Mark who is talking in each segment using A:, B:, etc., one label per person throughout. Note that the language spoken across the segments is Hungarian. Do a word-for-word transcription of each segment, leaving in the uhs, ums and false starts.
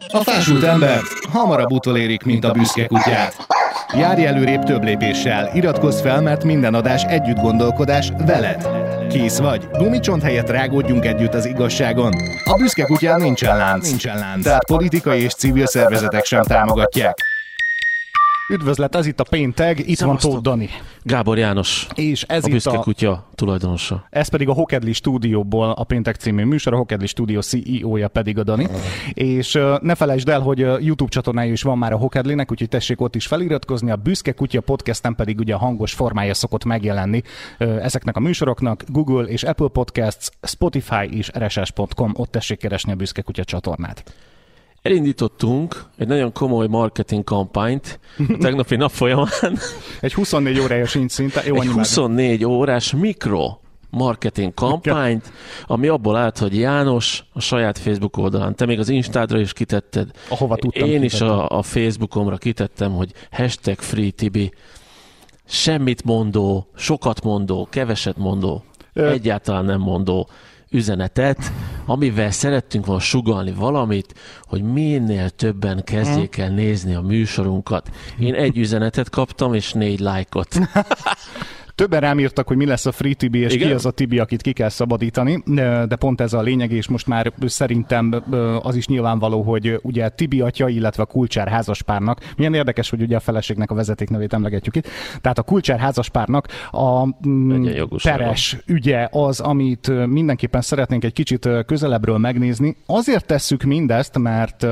A: A fásult embert hamarabb utolérik, mint a büszke kutyát. Járj előrébb több lépéssel, iratkozz fel, mert minden adás együtt gondolkodás veled. Kész vagy? Gumicsont helyett rágódjunk együtt az igazságon. A büszke kutyán nincsen lánc, nincsen lánc, tehát politikai és civil szervezetek sem támogatják.
B: Üdvözlet, ez itt a Pénteg, itt Szevasztok. Van Tóth Dani.
C: Gábor János,
B: és ez
C: a büszke
B: itt a...
C: kutya tulajdonosa.
B: Ez pedig a Hokedli stúdióból a Péntek című műsor, a Hokedli stúdió C E O-ja pedig a Dani. És uh, ne felejtsd el, hogy uh, YouTube csatornája is van már a Hokedlinek, úgyhogy tessék ott is feliratkozni. A Büszke Kutya podcasten pedig ugye a hangos formája szokott megjelenni uh, ezeknek a műsoroknak. Google és Apple Podcasts, Spotify és er es es pont com, ott tessék keresni a Büszke Kutya csatornát.
C: Elindítottunk egy nagyon komoly marketing kampányt a tegnapi nap folyamán.
B: Egy huszonnégy órája sincs szinte. Jó,
C: egy huszonnégy órás mikro marketing kampányt, ami abból állt, hogy János a saját Facebook oldalán, te még az Instádra is kitetted.
B: Ahova tudtam,
C: Én
B: kitettem.
C: is a, a Facebookomra kitettem, hogy hashtag FreeTibi. Semmit mondó, sokat mondó, keveset mondó, Ö... egyáltalán nem mondó üzenetet, amivel szerettünk volna sugallni valamit, hogy minél többen kezdjék el nézni a műsorunkat. Én egy üzenetet kaptam, és négy lájkot.
B: Többen rám írtak, hogy mi lesz a Free Tibi, és
C: Igen?
B: ki az a Tibi, akit ki kell szabadítani, de pont ez a lényeg, és most már szerintem az is nyilvánvaló, hogy ugye Tibi atya, illetve a Kulcsár házaspárnak, milyen érdekes, hogy ugye a feleségnek a vezetéknevét emlegetjük itt, tehát a Kulcsár házaspárnak a peres ügye az, amit mindenképpen szeretnénk egy kicsit közelebbről megnézni. Azért tesszük mindezt, mert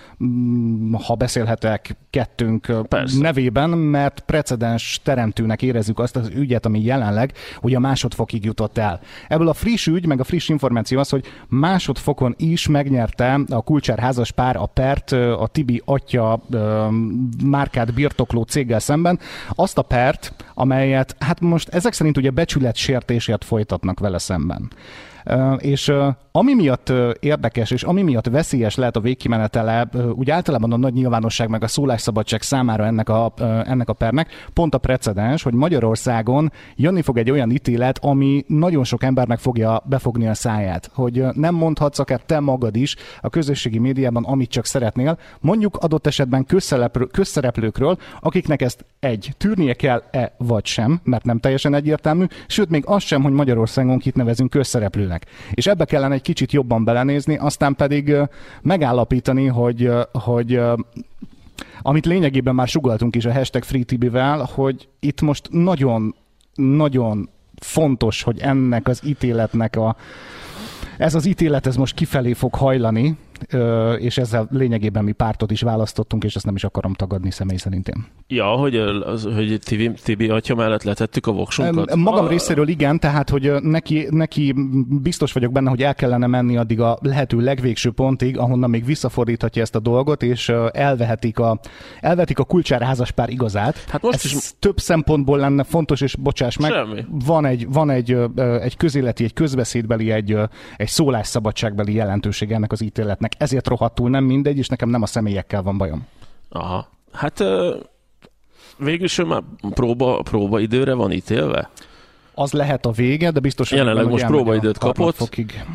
B: ha beszélhetek kettőnk Persze. nevében, mert precedens teremtőnek érezzük azt az ügyet, ami jelenleg ugye a másodfokig jutott el. Ebből a friss ügy, meg a friss információ az, hogy másodfokon is megnyerte a Kulcsár házaspár a pert a Tibi atya márkát birtokló céggel szemben. Azt a pert, amelyet hát most ezek szerint ugye becsületsértésért folytatnak vele szemben. Uh, és uh, ami miatt uh, érdekes, és ami miatt veszélyes lehet a végkimenetele, uh, úgy általában a nagy nyilvánosság meg a szólásszabadság számára ennek a, uh, ennek a pernek, pont a precedens, hogy Magyarországon jönni fog egy olyan ítélet, ami nagyon sok embernek fogja befogni a száját, hogy uh, nem mondhatsz akár te magad is a közösségi médiában, amit csak szeretnél, mondjuk adott esetben közszereplő, közszereplőkről, akiknek ezt egy, tűrnie kell-e vagy sem, mert nem teljesen egyértelmű, sőt még az sem, hogy Magyarországon kit nevezünk közszereplőnek. És ebbe kellene egy kicsit jobban belenézni, aztán pedig uh, megállapítani, hogy, uh, hogy uh, amit lényegében már sugalltunk is a hashtag FreeTibivel, hogy itt most nagyon, nagyon fontos, hogy ennek az ítéletnek a ez az ítélet ez most kifelé fog hajlani, és ezzel lényegében mi pártot is választottunk, és ezt nem is akarom tagadni személy szerint én.
C: Ja, hogy, az, hogy Tibi, Tibi atya mellett letettük a voksunkat?
B: Magam
C: a...
B: részéről igen, tehát hogy neki, neki biztos vagyok benne, hogy el kellene menni addig a lehető legvégső pontig, ahonnan még visszafordíthatja ezt a dolgot, és elvehetik a, elvehetik a Kulcsár házaspár igazát. Hát most Ez is... több szempontból lenne fontos, és bocsáss meg,
C: Semmi.
B: van egy, van egy, egy közéleti, egy közbeszédbeli, egy, egy szólásszabadságbeli jelentőség ennek az ítéletnek. Ezért rohadtul nem mindegy, és nekem nem a személyekkel van bajom.
C: Aha. Hát végülis ő már próba, próba időre van ítélve?
B: Az lehet a vége, de biztos, hogy
C: jelenleg most próbaidőt kapott,
B: fokig.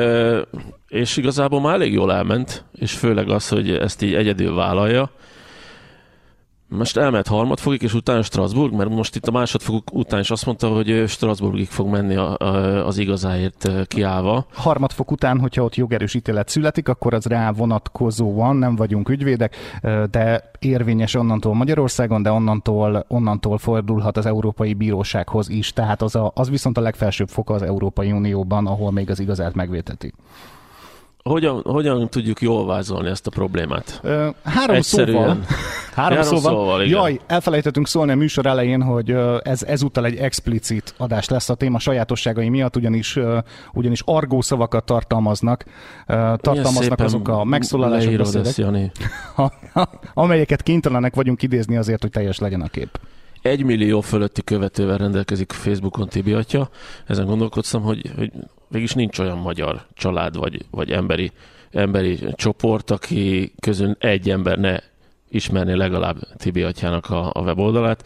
C: És igazából már elég jól elment, és főleg az, hogy ezt így egyedül vállalja. Most elmehet harmadfokig, és utána Strasbourg, mert most itt a másodfok után is azt mondta, hogy Strasbourgig fog menni a, a, az igazáért kiállva.
B: Harmadfok után, hogyha ott jogerős ítélet születik, akkor az rá vonatkozóan, nem vagyunk ügyvédek, de érvényes onnantól Magyarországon, de onnantól, onnantól fordulhat az Európai Bírósághoz is. Tehát az, a, az viszont a legfelsőbb foka az Európai Unióban, ahol még az igazát megvéteti.
C: Hogyan, hogyan tudjuk jól vázolni ezt a problémát?
B: Ö, három
C: Egyszerűen.
B: szóval. Három, három szóval.
C: szóval
B: Jaj, elfelejtettünk szólni a műsor elején, hogy ez ezúttal egy explicit adás lesz a téma sajátosságai miatt, ugyanis, ugyanis argó szavakat tartalmaznak, tartalmaznak azok a megszólalások, beszédek, amelyeket kénytelenek vagyunk idézni azért, hogy teljes legyen a kép.
C: Egy millió fölötti követővel rendelkezik Facebookon Tibi atya. Ezen gondolkodtam, hogy, hogy végülis nincs olyan magyar család vagy, vagy emberi, emberi csoport, aki közül egy ember ne ismerné legalább Tibi atyának a, a weboldalát.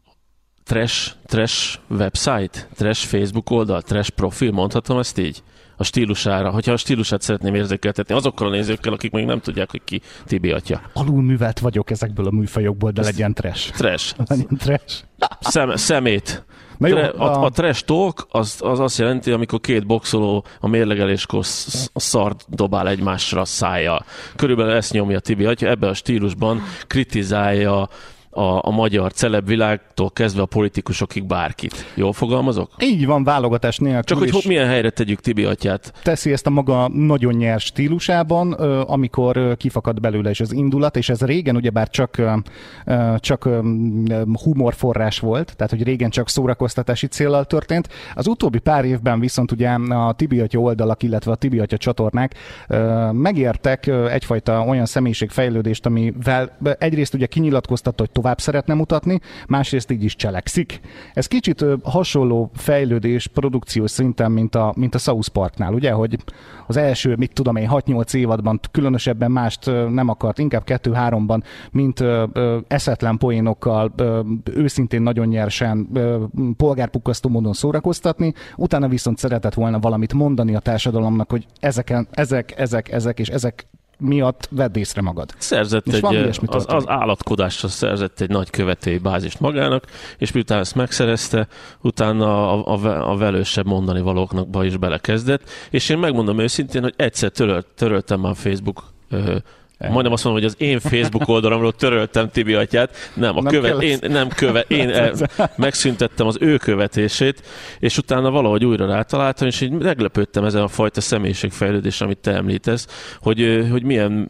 C: Trash, trash website, trash Facebook oldal, trash profil, mondhatom ezt így? a stílusára, hogyha a stílusát szeretném érzékeltetni azokkal a nézőkkel, akik még nem tudják, hogy ki Tibi atya.
B: Alulművelt vagyok ezekből a műfajokból, de legyen trash.
C: Trash.
B: Legyen trash.
C: Szem, szemét.
B: Na jó,
C: a, a, a trash talk az, az azt jelenti, amikor két boxoló a mérlegeléskor szart dobál egymásra szájjal. Körülbelül ezt nyomja Tibi atya, ebben a stílusban kritizálja a, a magyar celebvilágtól kezdve a politikusokig bárkit. Jól fogalmazok?
B: Így van, válogatás nélkül.
C: Csak hogy, hogy milyen helyre tegyük Tibi atyát?
B: Teszi ezt a maga nagyon nyers stílusában, amikor kifakad belőle is az indulat, és ez régen ugyebár csak, csak humorforrás volt, tehát hogy régen csak szórakoztatási céllal történt. Az utóbbi pár évben viszont ugye a Tibi atya oldalak, illetve a Tibi atya csatornák megértek egyfajta olyan személyiségfejlődést, amivel egyrészt ugye kinyilatkoztatta, hogy tovább szeretne mutatni, másrészt így is cselekszik. Ez kicsit ö, hasonló fejlődés produkciós szinten, mint a, mint a South Parknál, ugye, hogy az első, mit tudom én, hat-nyolc évadban különösebben mást ö, nem akart, inkább kettő-háromban, mint ö, ö, eszetlen poénokkal, ö, őszintén nagyon nyersen, ö, polgárpukkasztó módon szórakoztatni, utána viszont szeretett volna valamit mondani a társadalomnak, hogy ezeken, ezek, ezek, ezek és ezek miatt vedd észre magad.
C: Szerzett
B: és
C: egy, az, az állatkodásra szerzett egy nagy követői bázist magának, és miután ezt megszerezte, utána a, a, a velősebb mondani valóknakba is belekezdett, és én megmondom őszintén, hogy egyszer törölt, töröltem már Facebook ö, majdnem azt mondom, hogy az én Facebook oldalamról töröltem Tibi atyát. Nem, a
B: nem
C: követ, én, nem követ, én el, megszüntettem az ő követését, és utána valahogy újra rátaláltam, és így meglepődtem ezen a fajta személyiségfejlődés, amit te említesz, hogy, hogy milyen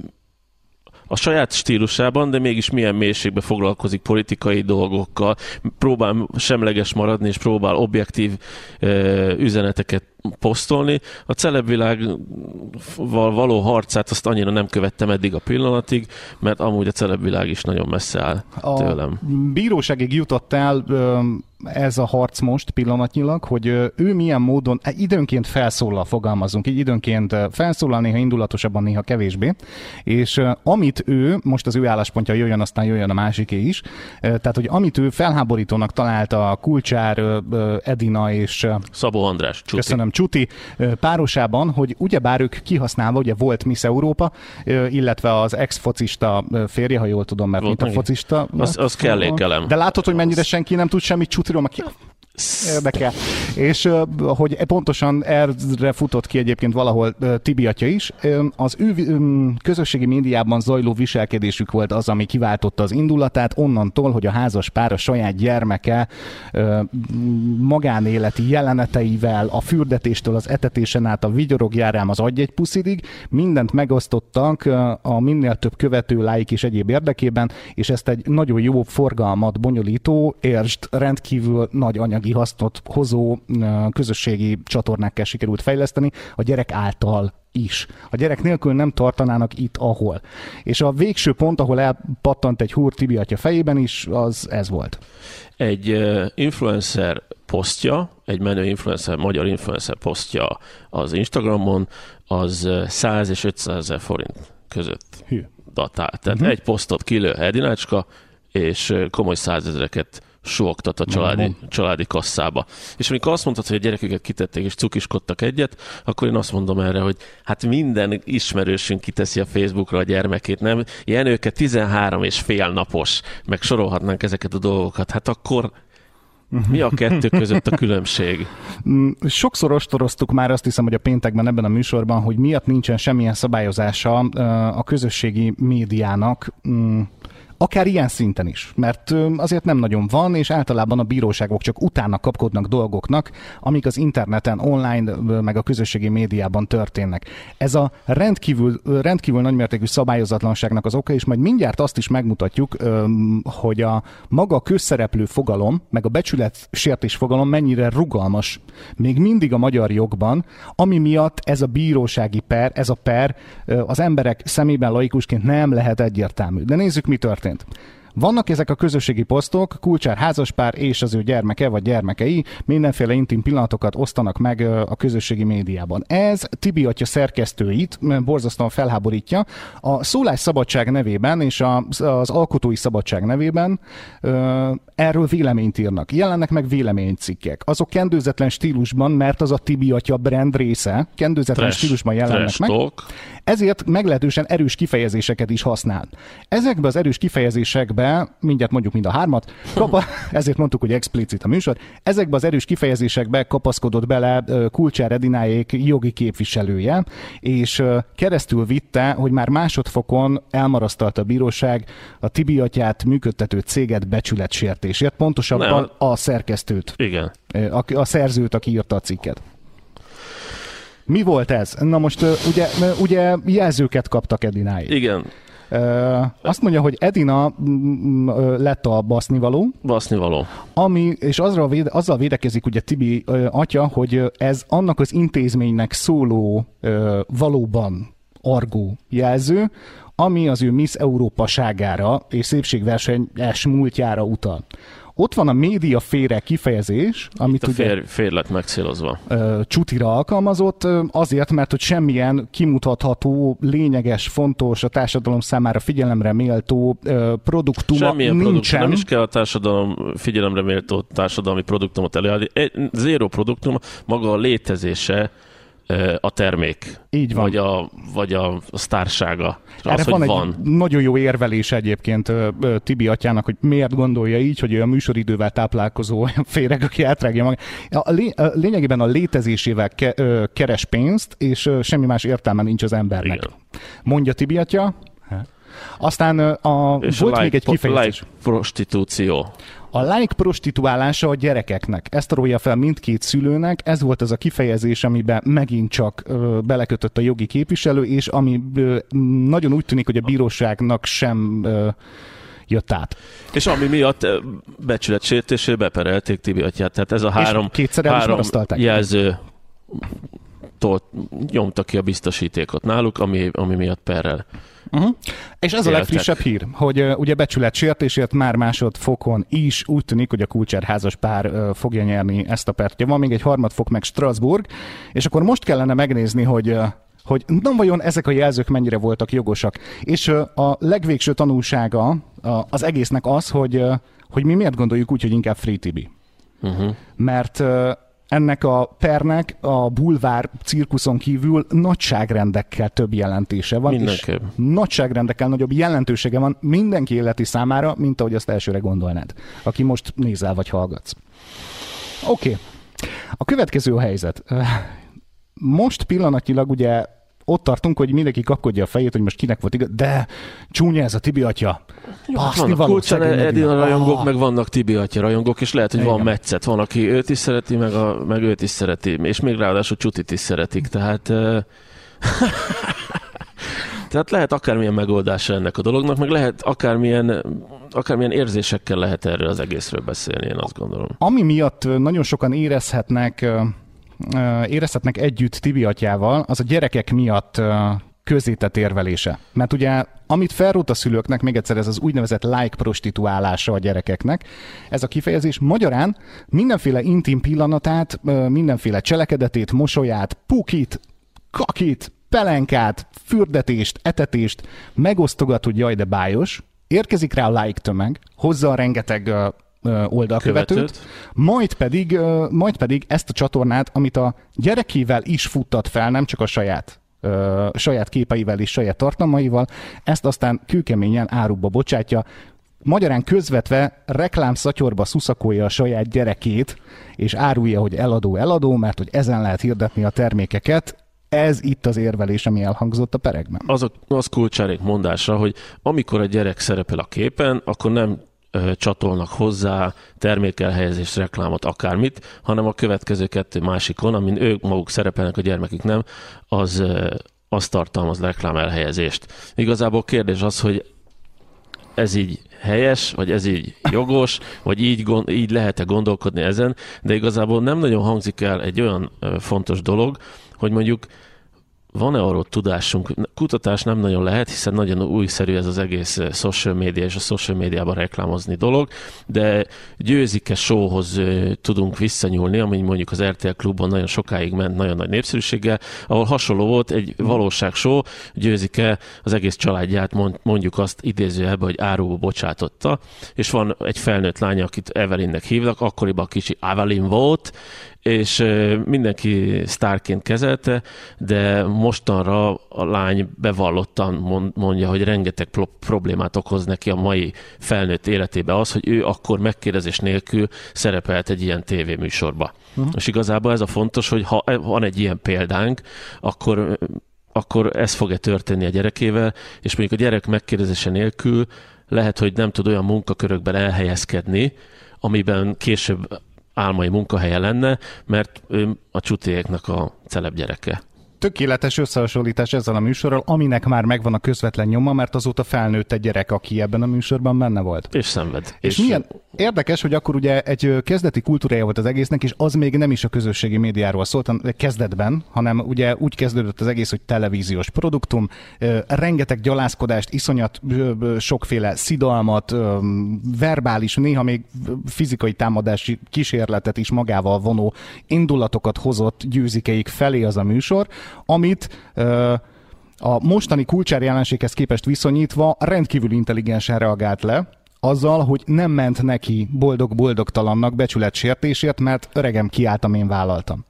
C: a saját stílusában, de mégis milyen mélységben foglalkozik politikai dolgokkal, próbál semleges maradni, és próbál objektív ö, üzeneteket posztolni. A celebvilágval való harcát azt annyira nem követtem eddig a pillanatig, mert amúgy a celebvilág is nagyon messze áll
B: a
C: tőlem.
B: Bíróságig jutott el ez a harc most pillanatnyilag, hogy ő milyen módon, időnként felszólal, fogalmazunk, így időnként felszólal, néha indulatosabban, néha kevésbé, és amit ő, most az ő álláspontja jöjjön, aztán jöjjön a másiké is, tehát, hogy amit ő felháborítónak találta a Kulcsár, Edina és
C: Szabó András, Csuti.
B: Köszönöm, Csuti párosában, hogy ugyebár ők kihasználva, ugye volt Miss Európa, illetve az ex-focista férje, ha jól tudom, mert mint a focista.
C: Az, az kellékelem.
B: De látod, hogy mennyire senki nem tud semmit Csutiról, aki érdekel. És hogy pontosan erre futott ki egyébként valahol Tibi atya is, az ő közösségi médiában zajló viselkedésük volt az, ami kiváltotta az indulatát, onnantól, hogy a házas pár a saját gyermeke magánéleti jeleneteivel, a fürdetéstől az etetésen át a vigyorogjárám az adj egy puszidig, mindent megosztottak a minél több követő, lájk és egyéb érdekében, és ezt egy nagyon jó forgalmat bonyolító, értsd, rendkívül nagy anyagi hasznot hozó közösségi csatornákkal sikerült fejleszteni, a gyerek által is. A gyerek nélkül nem tartanának itt, ahol. És a végső pont, ahol elpattant egy húr Tibi atya fejében is, az ez volt.
C: Egy uh, influencer posztja, egy menő influencer, magyar influencer posztja az Instagramon, az száz és ötszázezer forint között
B: Hű.
C: datál. Tehát
B: uh-huh.
C: egy posztot kilő Edinácska, és komoly százezreket suogtat a családi, családi kasszába. És amikor azt mondtad, hogy a gyereküket kitették és cukiskodtak egyet, akkor én azt mondom erre, hogy hát minden ismerősünk kiteszi a Facebookra a gyermekét, nem? Jenőke tizenhárom és fél napos, meg sorolhatnánk ezeket a dolgokat. Hát akkor mi a kettő között a különbség?
B: Sokszor ostoroztuk már, azt hiszem, hogy a péntekben ebben a műsorban, hogy miatt nincsen semmilyen szabályozása a közösségi médiának, akár ilyen szinten is, mert azért nem nagyon van, és általában a bíróságok csak utána kapkodnak dolgoknak, amik az interneten, online, meg a közösségi médiában történnek. Ez a rendkívül, rendkívül nagymértékű szabályozatlanságnak az oka, és majd mindjárt azt is megmutatjuk, hogy a maga közszereplő fogalom, meg a becsületsértés fogalom mennyire rugalmas még mindig a magyar jogban, ami miatt ez a bírósági per, ez a per az emberek szemében laikusként nem lehet egyértelmű. De nézzük, mi történt. Vannak ezek a közösségi posztok, Kulcsár házaspár és az ő gyermeke vagy gyermekei mindenféle intim pillanatokat osztanak meg a közösségi médiában. Ez Tibi atya szerkesztőit borzasztóan felháborítja. A szólásszabadság nevében és az alkotói szabadság nevében erről véleményt írnak. Jelennek meg véleménycikkek. Azok kendőzetlen stílusban, mert az a Tibi atya brand része, kendőzetlen trash, stílusban jelennek meg. Talk. Ezért meglehetősen erős kifejezéseket is használ. Ezekbe az erős kifejezésekbe, mindjárt mondjuk mind a hármat, kapa, ezért mondtuk, hogy explicit a műsor, ezekbe az erős kifejezésekbe kapaszkodott bele Kulcsár Edináék jogi képviselője, és keresztül vitte, hogy már másodfokon elmarasztalta a bíróság a Tibi atyát működtető céget becsületsértésért, pontosabban Nem. a szerkesztőt.
C: Igen.
B: A, a szerzőt, aki írta a cikket. Mi volt ez? Na most ugye, ugye jelzőket kaptak Edináig.
C: Igen.
B: Azt mondja, hogy Edina lett a basznivaló.
C: Basznivaló.
B: Ami, és azzal, véde, azzal védekezik ugye Tibi atya, hogy ez annak az intézménynek szóló valóban argó jelző, ami az ő Miss Európaságára és szépségversenyes múltjára utal. Ott van a médiafére kifejezés, amit
C: Itt a fér, fér lett megcélozva.
B: Csutira alkalmazott, azért, mert hogy semmilyen kimutatható, lényeges, fontos, a társadalom számára figyelemre méltó produktuma
C: Semmilyen
B: nincsen.
C: Produktum, nem is kell a társadalom figyelemre méltó társadalmi produktumot előadni. Zéró produktum, maga a létezése a termék,
B: Így van.
C: Vagy, a, vagy a sztársága.
B: Erre
C: az,
B: van
C: hogy
B: egy
C: van.
B: nagyon jó érvelés egyébként Tibi atyának, hogy miért gondolja így, hogy ő a műsoridővel táplálkozó féreg, aki átrágja magát. A lé, a lényegében a létezésével ke, keres pénzt, és semmi más értelme nincs az embernek. Igen. Mondja Tibi atya. Aztán a,
C: és
B: volt
C: a
B: még egy kifejezés.
C: Like prostitúció.
B: A like prostituálása a gyerekeknek. Ezt rója fel mindkét szülőnek. Ez volt az a kifejezés, amiben megint csak ö, belekötött a jogi képviselő, és ami ö, nagyon úgy tűnik, hogy a bíróságnak sem ö, jött át.
C: És ami miatt becsületsértésére beperelték Tibi atyát. Tehát ez a három, három jelző tolt, nyomta ki a biztosítékot náluk, ami, ami miatt perrel.
B: Uh-huh. És ez a legfrissebb hír, hogy uh, ugye becsületsértésért már másodfokon is úgy tűnik, hogy a Kulcsár házas pár uh, fogja nyerni ezt a pert. Van még egy harmadfok meg Strasbourg, és akkor most kellene megnézni, hogy uh, hogy nem vajon ezek a jelzők mennyire voltak jogosak. És uh, a legvégső tanulsága uh, az egésznek az, hogy, uh, hogy mi miért gondoljuk úgy, hogy inkább Free Tibi. Uh-huh. Mert uh, ennek a pernek a bulvár cirkuszon kívül nagyságrendekkel több jelentése van.
C: Mindenképp.
B: És nagyságrendekkel nagyobb jelentősége van mindenki életi számára, mint ahogy azt elsőre gondolnád, aki most nézel vagy hallgatsz. Oké. Okay. A következő a helyzet. Most pillanatnyilag ugye ott tartunk, hogy mindenki kapkodja a fejét, hogy most kinek volt igaz, de csúnya ez a Tibi atya.
C: Vannak Kulcsár Edina rajongók, ah. meg vannak Tibi atya rajongók, és lehet, hogy Igen. van metszet. Van, aki őt is szereti, meg, a, meg őt is szereti, és még ráadásul Csutit is szeretik, tehát... Tehát lehet akármilyen megoldása ennek a dolognak, meg lehet akármilyen, akármilyen érzésekkel lehet erről az egészről beszélni, én azt gondolom. Ami
B: miatt nagyon sokan érezhetnek... érezhetnek együtt Tibi atyával, az a gyerekek miatt közzétett érvelése. Mert ugye, amit felrótt a szülőknek, még egyszer ez az úgynevezett like prostituálása a gyerekeknek, ez a kifejezés magyarán mindenféle intim pillanatát, mindenféle cselekedetét, mosolyát, pukit, kakit, pelenkát, fürdetést, etetést megosztogat, hogy jaj, de bájos, érkezik rá a like tömeg, hozza a rengeteg oldalkövetőt, majd pedig, majd pedig ezt a csatornát, amit a gyerekével is futtat fel, nem csak a saját, ö, saját képeivel és saját tartalmaival, ezt aztán kőkeményen áruba bocsátja, magyarán közvetve reklámszatyorba szuszakolja a saját gyerekét, és árulja, hogy eladó, eladó, mert hogy ezen lehet hirdetni a termékeket. Ez itt az érvelés, ami elhangzott a perekben.
C: Az, a, az Kulcsárék mondása, hogy amikor a gyerek szerepel a képen, akkor nem csatolnak hozzá termékelhelyezést, reklámot, akármit, hanem a következő kettő másikon, amin ők maguk szerepelnek, a gyermekük nem, az, az tartalmaz reklám elhelyezést. Igazából kérdés az, hogy ez így helyes, vagy ez így jogos, vagy így, gond, így lehet-e gondolkodni ezen, de igazából nem nagyon hangzik el egy olyan fontos dolog, hogy mondjuk van-e arról tudásunk? Kutatás nem nagyon lehet, hiszen nagyon újszerű ez az egész social media és a social médiában reklámozni dolog, de Győzike showhoz tudunk visszanyúlni, ami mondjuk az er té el Klubban nagyon sokáig ment, nagyon nagy népszerűséggel, ahol hasonló volt egy valóság show, Győzike az egész családját mondjuk azt idézőjelben, hogy áróba bocsátotta, és van egy felnőtt lánya, akit Evelynnek hívnak, akkoriban kicsi Evelyn volt, és mindenki sztárként kezelte, de mostanra a lány bevallottan mondja, hogy rengeteg problémát okoz neki a mai felnőtt életébe az, hogy ő akkor megkérdezés nélkül szerepelt egy ilyen tévéműsorba. Uh-huh. És igazából ez a fontos, hogy ha van egy ilyen példánk, akkor, akkor ez fog-e történni a gyerekével, és mondjuk a gyerek megkérdezése nélkül lehet, hogy nem tud olyan munkakörökben elhelyezkedni, amiben később álmai munkahelye lenne, mert ő a csutiéknak a celeb gyereke.
B: Tökéletes összehasonlítás ezzel a műsorral, aminek már megvan a közvetlen nyoma, mert azóta felnőtt egy gyerek, aki ebben a műsorban benne volt.
C: És szenved.
B: És, és milyen érdekes, hogy akkor ugye egy kezdeti kultúrája volt az egésznek, és az még nem is a közösségi médiáról szólt kezdetben, hanem ugye úgy kezdődött az egész, hogy televíziós produktum, rengeteg gyalázkodást, iszonyat sokféle szidalmat, verbális, néha még fizikai támadási kísérletet is magával vonó indulatokat hozott Győzikeik felé az a műsor, amit uh, a mostani Kulcsár jelenséghez képest viszonyítva rendkívül intelligensen reagált le, azzal, hogy nem ment neki boldog-boldogtalannak becsületsértésért, mert öregem, kiálltam, én vállaltam.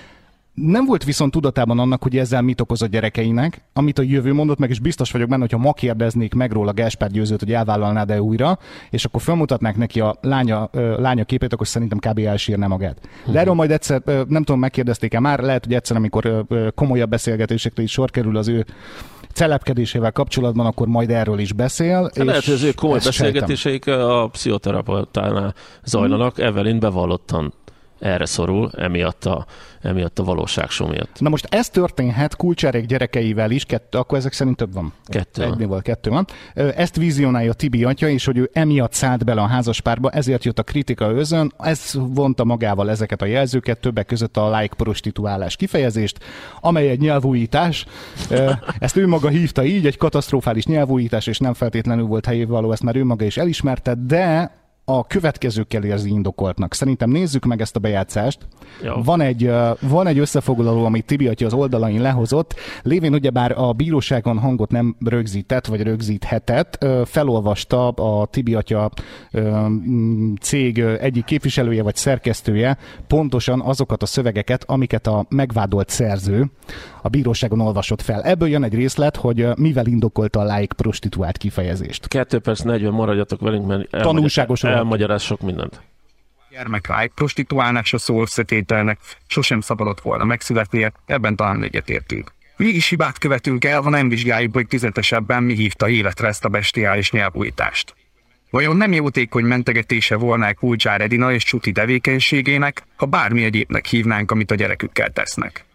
B: Nem volt viszont tudatában annak, hogy ezzel mit okoz a gyerekeinek, amit a jövő mondott meg, és biztos vagyok benne, hogyha ma kérdeznék meg róla Gáspár Győzőt, hogy elvállalnád-e újra, és akkor felmutatnák neki a lánya, lánya képét, akkor szerintem kb. Elsírne magát. De erről majd egyszer, nem tudom, megkérdezték-e már, lehet, hogy egyszer, amikor komolyabb beszélgetésekre is sor kerül az ő celebkedésével kapcsolatban, akkor majd erről is beszél.
C: És lehet, hogy az ő komoly beszélgetéseik a pszichoterapeutánál zajlanak, hmm. Evelyn bevallottan erre szorul, emiatt a, emiatt a valóságshow miatt.
B: Na most ez történhet Kulcsárék gyerekeivel is, kettő, akkor ezek szerint több van.
C: Kettő van.
B: Egynél kettő van. Ezt vizionálja Tibi atya, és hogy ő emiatt szállt bele a házaspárba, ezért jött a kritika özön, ez vonta magával ezeket a jelzőket, többek között a like prostituálás kifejezést, amely egy nyelvújítás. Ezt ő maga hívta így, egy katasztrofális nyelvújítás, és nem feltétlenül volt helyévaló, ezt már ő maga is elismerte, de a következőkkel érzi indokoltnak. Szerintem nézzük meg ezt a bejátszást. Van egy, van egy összefoglaló, amit Tibi atya az oldalain lehozott, lévén ugyebár a bíróságon hangot nem rögzített, vagy rögzíthetett, felolvasta a Tibi atya cég egyik képviselője, vagy szerkesztője pontosan azokat a szövegeket, amiket a megvádolt szerző a bíróságon olvasott fel. Ebből jön egy részlet, hogy mivel indokolta a like prostituált kifejezést.
C: Kettő perc negyven maradjatok velünk, mert
B: tanulságos
C: elmagyaráz sok mindent.
D: Gyermek like prostituálásra szó összetételnek sosem szabadott volna megszületnie, ebben talán egyetértünk. Mégis hibát követünk el, ha nem vizsgáljuk, hogy tüzetesebben mi hívta életre ezt a bestiális nyelvújítást. Vajon nem jótékony mentegetése volna Kulcsár Edina és Csuti tevékenységének, ha bármi egyébnek hívnánk, amit a gyerekükkel tesznek?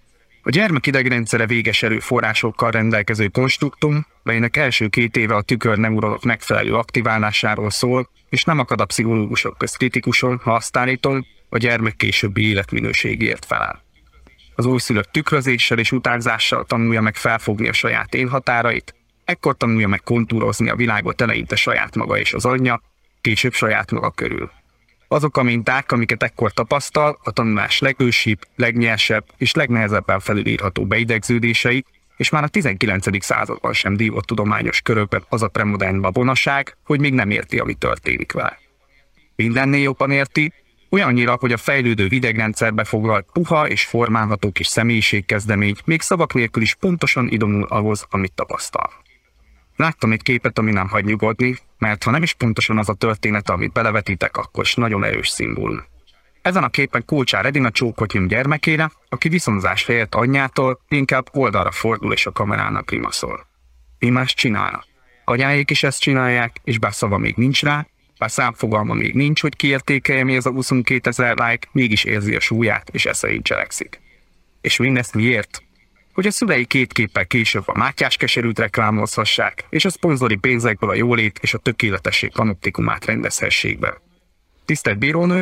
D: A gyermek idegrendszere véges erőforrásokkal rendelkező konstruktum, melynek első két éve a tükörneuronok megfelelő aktiválásáról szól, és nem akad a pszichológusok közt kritikuson, ha azt állítod, a gyermek későbbi életminőségért felel. Az újszülött tükrözéssel és utánzással tanulja meg felfogni a saját én határait, ekkor tanulja meg kontúrozni a világot eleinte saját maga és az anyja, később saját maga körül. Azok a minták, amiket ekkor tapasztal, a tanulás legősibb, legnyersebb és legnehezebben felülírható beidegződései, és már a tizenkilencedik században sem dívott tudományos körökben az a premodern babonaság, hogy még nem érti, ami történik vele. Mindennél jobban érti, olyannyira, hogy a fejlődő idegrendszerbe foglalt puha és formálható kis személyiségkezdemény még szavak nélkül is pontosan idomul ahhoz, amit tapasztal. Láttam egy képet, ami nem hagy nyugodni, mert ha nem is pontosan az a történet, amit belevetítek, akkor is nagyon erős szimbólum. Ezen a képen Kulcsár Edina csókot nyom gyermekére, aki viszonzás helyett anyjától inkább oldalra fordul és a kamerának rimaszol. Mi más csinálnak? Anyáik is ezt csinálják, és bár szava még nincs rá, bár számfogalma még nincs, hogy kiértékelje mi ez a huszonkétezer like, mégis érzi a súlyát, és eszerint cselekszik. És mindezt miért? Hogy a szülei két képpel később a Mátyás keserűt reklámozhassák, és a szponzori pénzekből a jólét és a tökéletesség panoptikumát rendezhessék be. Tisztelt bírónő,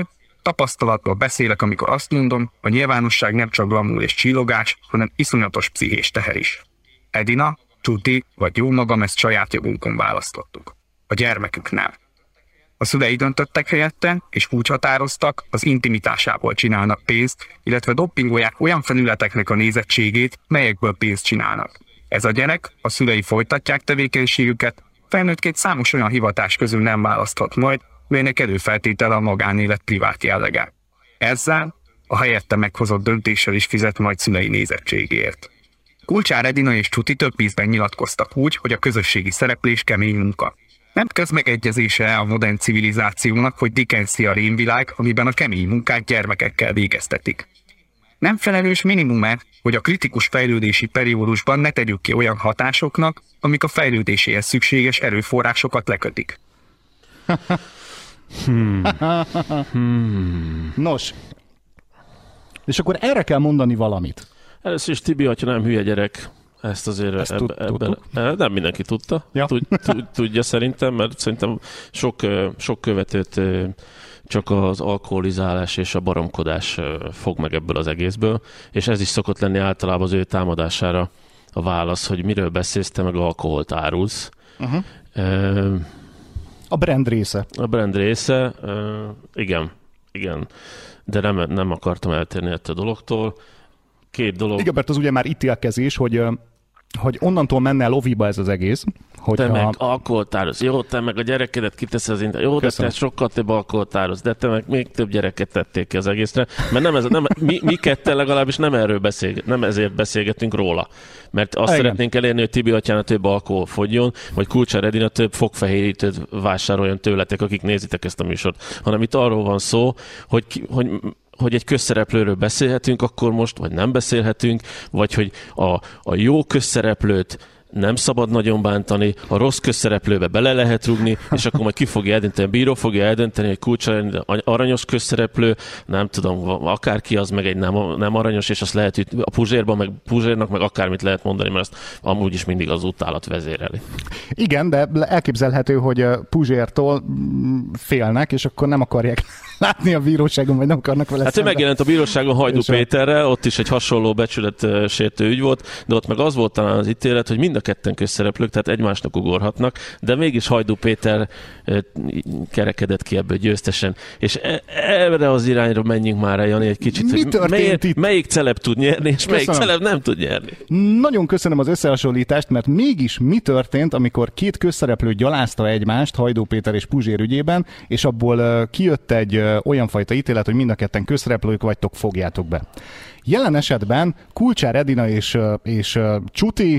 D: Tapasztalatból beszélek, amikor azt mondom, a nyilvánosság nem csak glamour és csillogás, hanem iszonyatos pszichés teher is. Edina, Csuti vagy jó magam ezt saját jogunkon választottuk. A gyermekük nem. A szülei döntöttek helyette, és úgy határoztak, az intimitásából csinálnak pénzt, illetve doppingolják olyan felületeknek a nézettségét, melyekből pénzt csinálnak. Ez a gyerek, a szülei folytatják tevékenységüket, felnőttként számos olyan hivatás közül nem választhat majd, melynek előfeltétele a magánélet privát jellege. Ezzel a helyette meghozott döntéssel is fizet majd szülei nézettségért. Kulcsár Edina és Csuti több ízben nyilatkoztak úgy, hogy a közösségi szereplés kemény munka. Nem közmegegyezése a modern civilizációnak, hogy Dickensi a rémvilág, amiben a kemény munkát gyermekekkel végeztetik. Nem felelős minimum-e, hogy a kritikus fejlődési periódusban ne tegyük ki olyan hatásoknak, amik a fejlődéséhez szükséges erőforrásokat lekötik.
B: hmm. hmm. Nos, és akkor erre kell mondani valamit.
C: Először is Tibi, hogyha nem hülye gyerek, ezt azért ezt eb- ebben nem mindenki tudta. Ja. Tud, tudja szerintem, mert szerintem sok, sok követőt csak az alkoholizálás és a baromkodás fog meg ebből az egészből, és ez is szokott lenni általában az ő támadására a válasz, hogy miről beszélsz, te meg alkoholt árulsz. Uh-huh. Uh,
B: a brand része.
C: A brand része, uh, igen, igen, de nem, nem akartam eltérni ettől a dologtól. Két dolog.
B: Igen, mert az ugye már ítélkezés, hogy, hogy onnantól menne el oviba ez az egész.
C: Te meg alkoholtároz. Jó, te meg a gyerekedet kitesz az internet. Jó, de te sokkal több alkoholtároz, de te meg még több gyereket tették ki az egészre. Mert nem ez, nem, mi, mi ketten legalábbis nem erről beszélget, nem ezért beszélgetünk róla. Mert azt igen. szeretnénk elérni, hogy Tibi atyának több alkohol fogjon, vagy Kulcsár Edina több fogfehérítőt vásároljon tőletek, akik nézitek ezt a műsort. Hanem itt arról van szó, hogy, hogy hogy egy közszereplőről beszélhetünk akkor most, vagy nem beszélhetünk, vagy hogy a, a jó közszereplőt nem szabad nagyon bántani, a rossz közszereplőbe bele lehet rugni, és akkor majd ki fogja eldönteni, a bíró fogja eldönteni, hogy Kulcsár aranyos közszereplő, nem tudom, akárki az meg egy nem, nem aranyos, és azt lehet, hogy a Puzsérban, meg Puzsérnak meg akármit lehet mondani, mert azt amúgy is mindig az utálat vezéreli.
B: Igen, de elképzelhető, hogy Puzsértól félnek, és akkor nem akarják látni a bíróságon, vagy nem akarnak vele
C: Hát szemben. Ő megjelent a bíróságon Hajdú Péterrel, ott is egy hasonló becsületsértő ügy volt, de ott meg az volt talán az ítélet, hogy mind a ketten közszereplők, tehát egymásnak ugorhatnak, de mégis Hajdú Péter kerekedett ki ebből győztesen. És erre az irányra menjünk már el, Jani, egy kicsit,
B: Mi
C: hogy melyik, melyik celeb tud nyerni, és köszönöm. Melyik celeb nem tud nyerni.
B: Nagyon köszönöm az összehasonlítást, mert mégis mi történt, amikor két közszereplő gyalázta egymást, Hajdú Péter és Puzsér ügyében, és abból kijött egy olyan fajta ítélet, hogy mind a ketten közszereplők vagytok, fogjátok be. Jelen esetben Kulcsár Edina és, és Csuti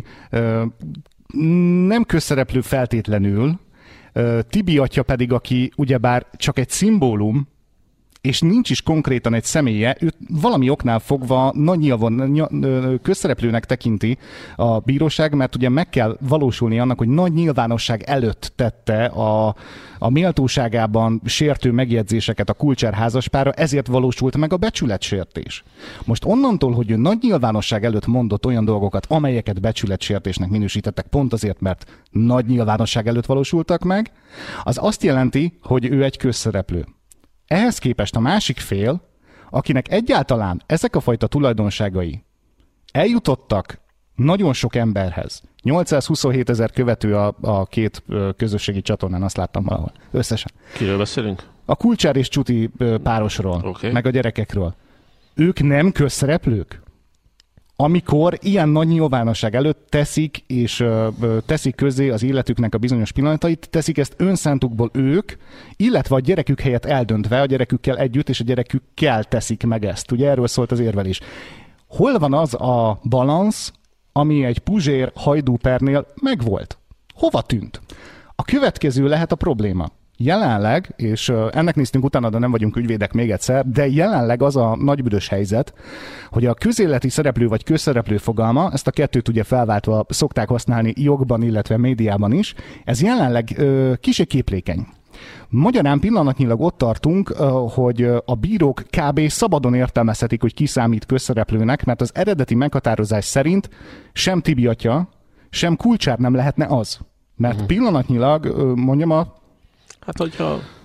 B: nem közszereplő feltétlenül, Tibi atya pedig, aki ugyebár csak egy szimbólum, és nincs is konkrétan egy személye, őt valami oknál fogva nagy nyilván közszereplőnek tekinti a bíróság, mert ugye meg kell valósulni annak, hogy nagy nyilvánosság előtt tette a, a méltóságában sértő megjegyzéseket a Kulcsár házaspárra, ezért valósult meg a becsületsértés. Most onnantól, hogy ő nagy nyilvánosság előtt mondott olyan dolgokat, amelyeket becsületsértésnek minősítettek, pont azért, mert nagy nyilvánosság előtt valósultak meg, az azt jelenti, hogy ő egy közszereplő. Ehhez képest a másik fél, akinek egyáltalán ezek a fajta tulajdonságai eljutottak nagyon sok emberhez. nyolcszázhuszonhét ezer követő a, a két közösségi csatornán, azt láttam valahol. Összesen.
C: Kiről beszélünk?
B: A Kulcsár és Csuti párosról, okay. meg a gyerekekről. Ők nem közszereplők? Amikor ilyen nagy nyilvánosság előtt teszik, és ö, ö, teszik közé az életüknek a bizonyos pillanatait, teszik ezt önszántukból ők, illetve a gyerekük helyett eldöntve, a gyerekükkel együtt, és a gyerekükkel teszik meg ezt. Ugye erről szólt az érvelés. Hol van az a balansz, ami egy Puzsér Hajdú pernél megvolt? Hova tűnt? A következő lehet a probléma. Jelenleg, és ennek néztünk utána, de nem vagyunk ügyvédek még egyszer, de jelenleg az a nagybüdös helyzet, hogy a közéleti szereplő vagy közszereplő fogalma, ezt a kettőt ugye felváltva szokták használni jogban, illetve médiában is, ez jelenleg ö, kicsi képlékeny. Magyarán pillanatnyilag ott tartunk, hogy a bírók kb. Szabadon értelmezhetik, hogy ki számít közszereplőnek, mert az eredeti meghatározás szerint sem Tibi atya, sem Kulcsár nem lehetne az. Mert uh-huh. pillanatnyilag, mondjam a
C: Hát, hogyha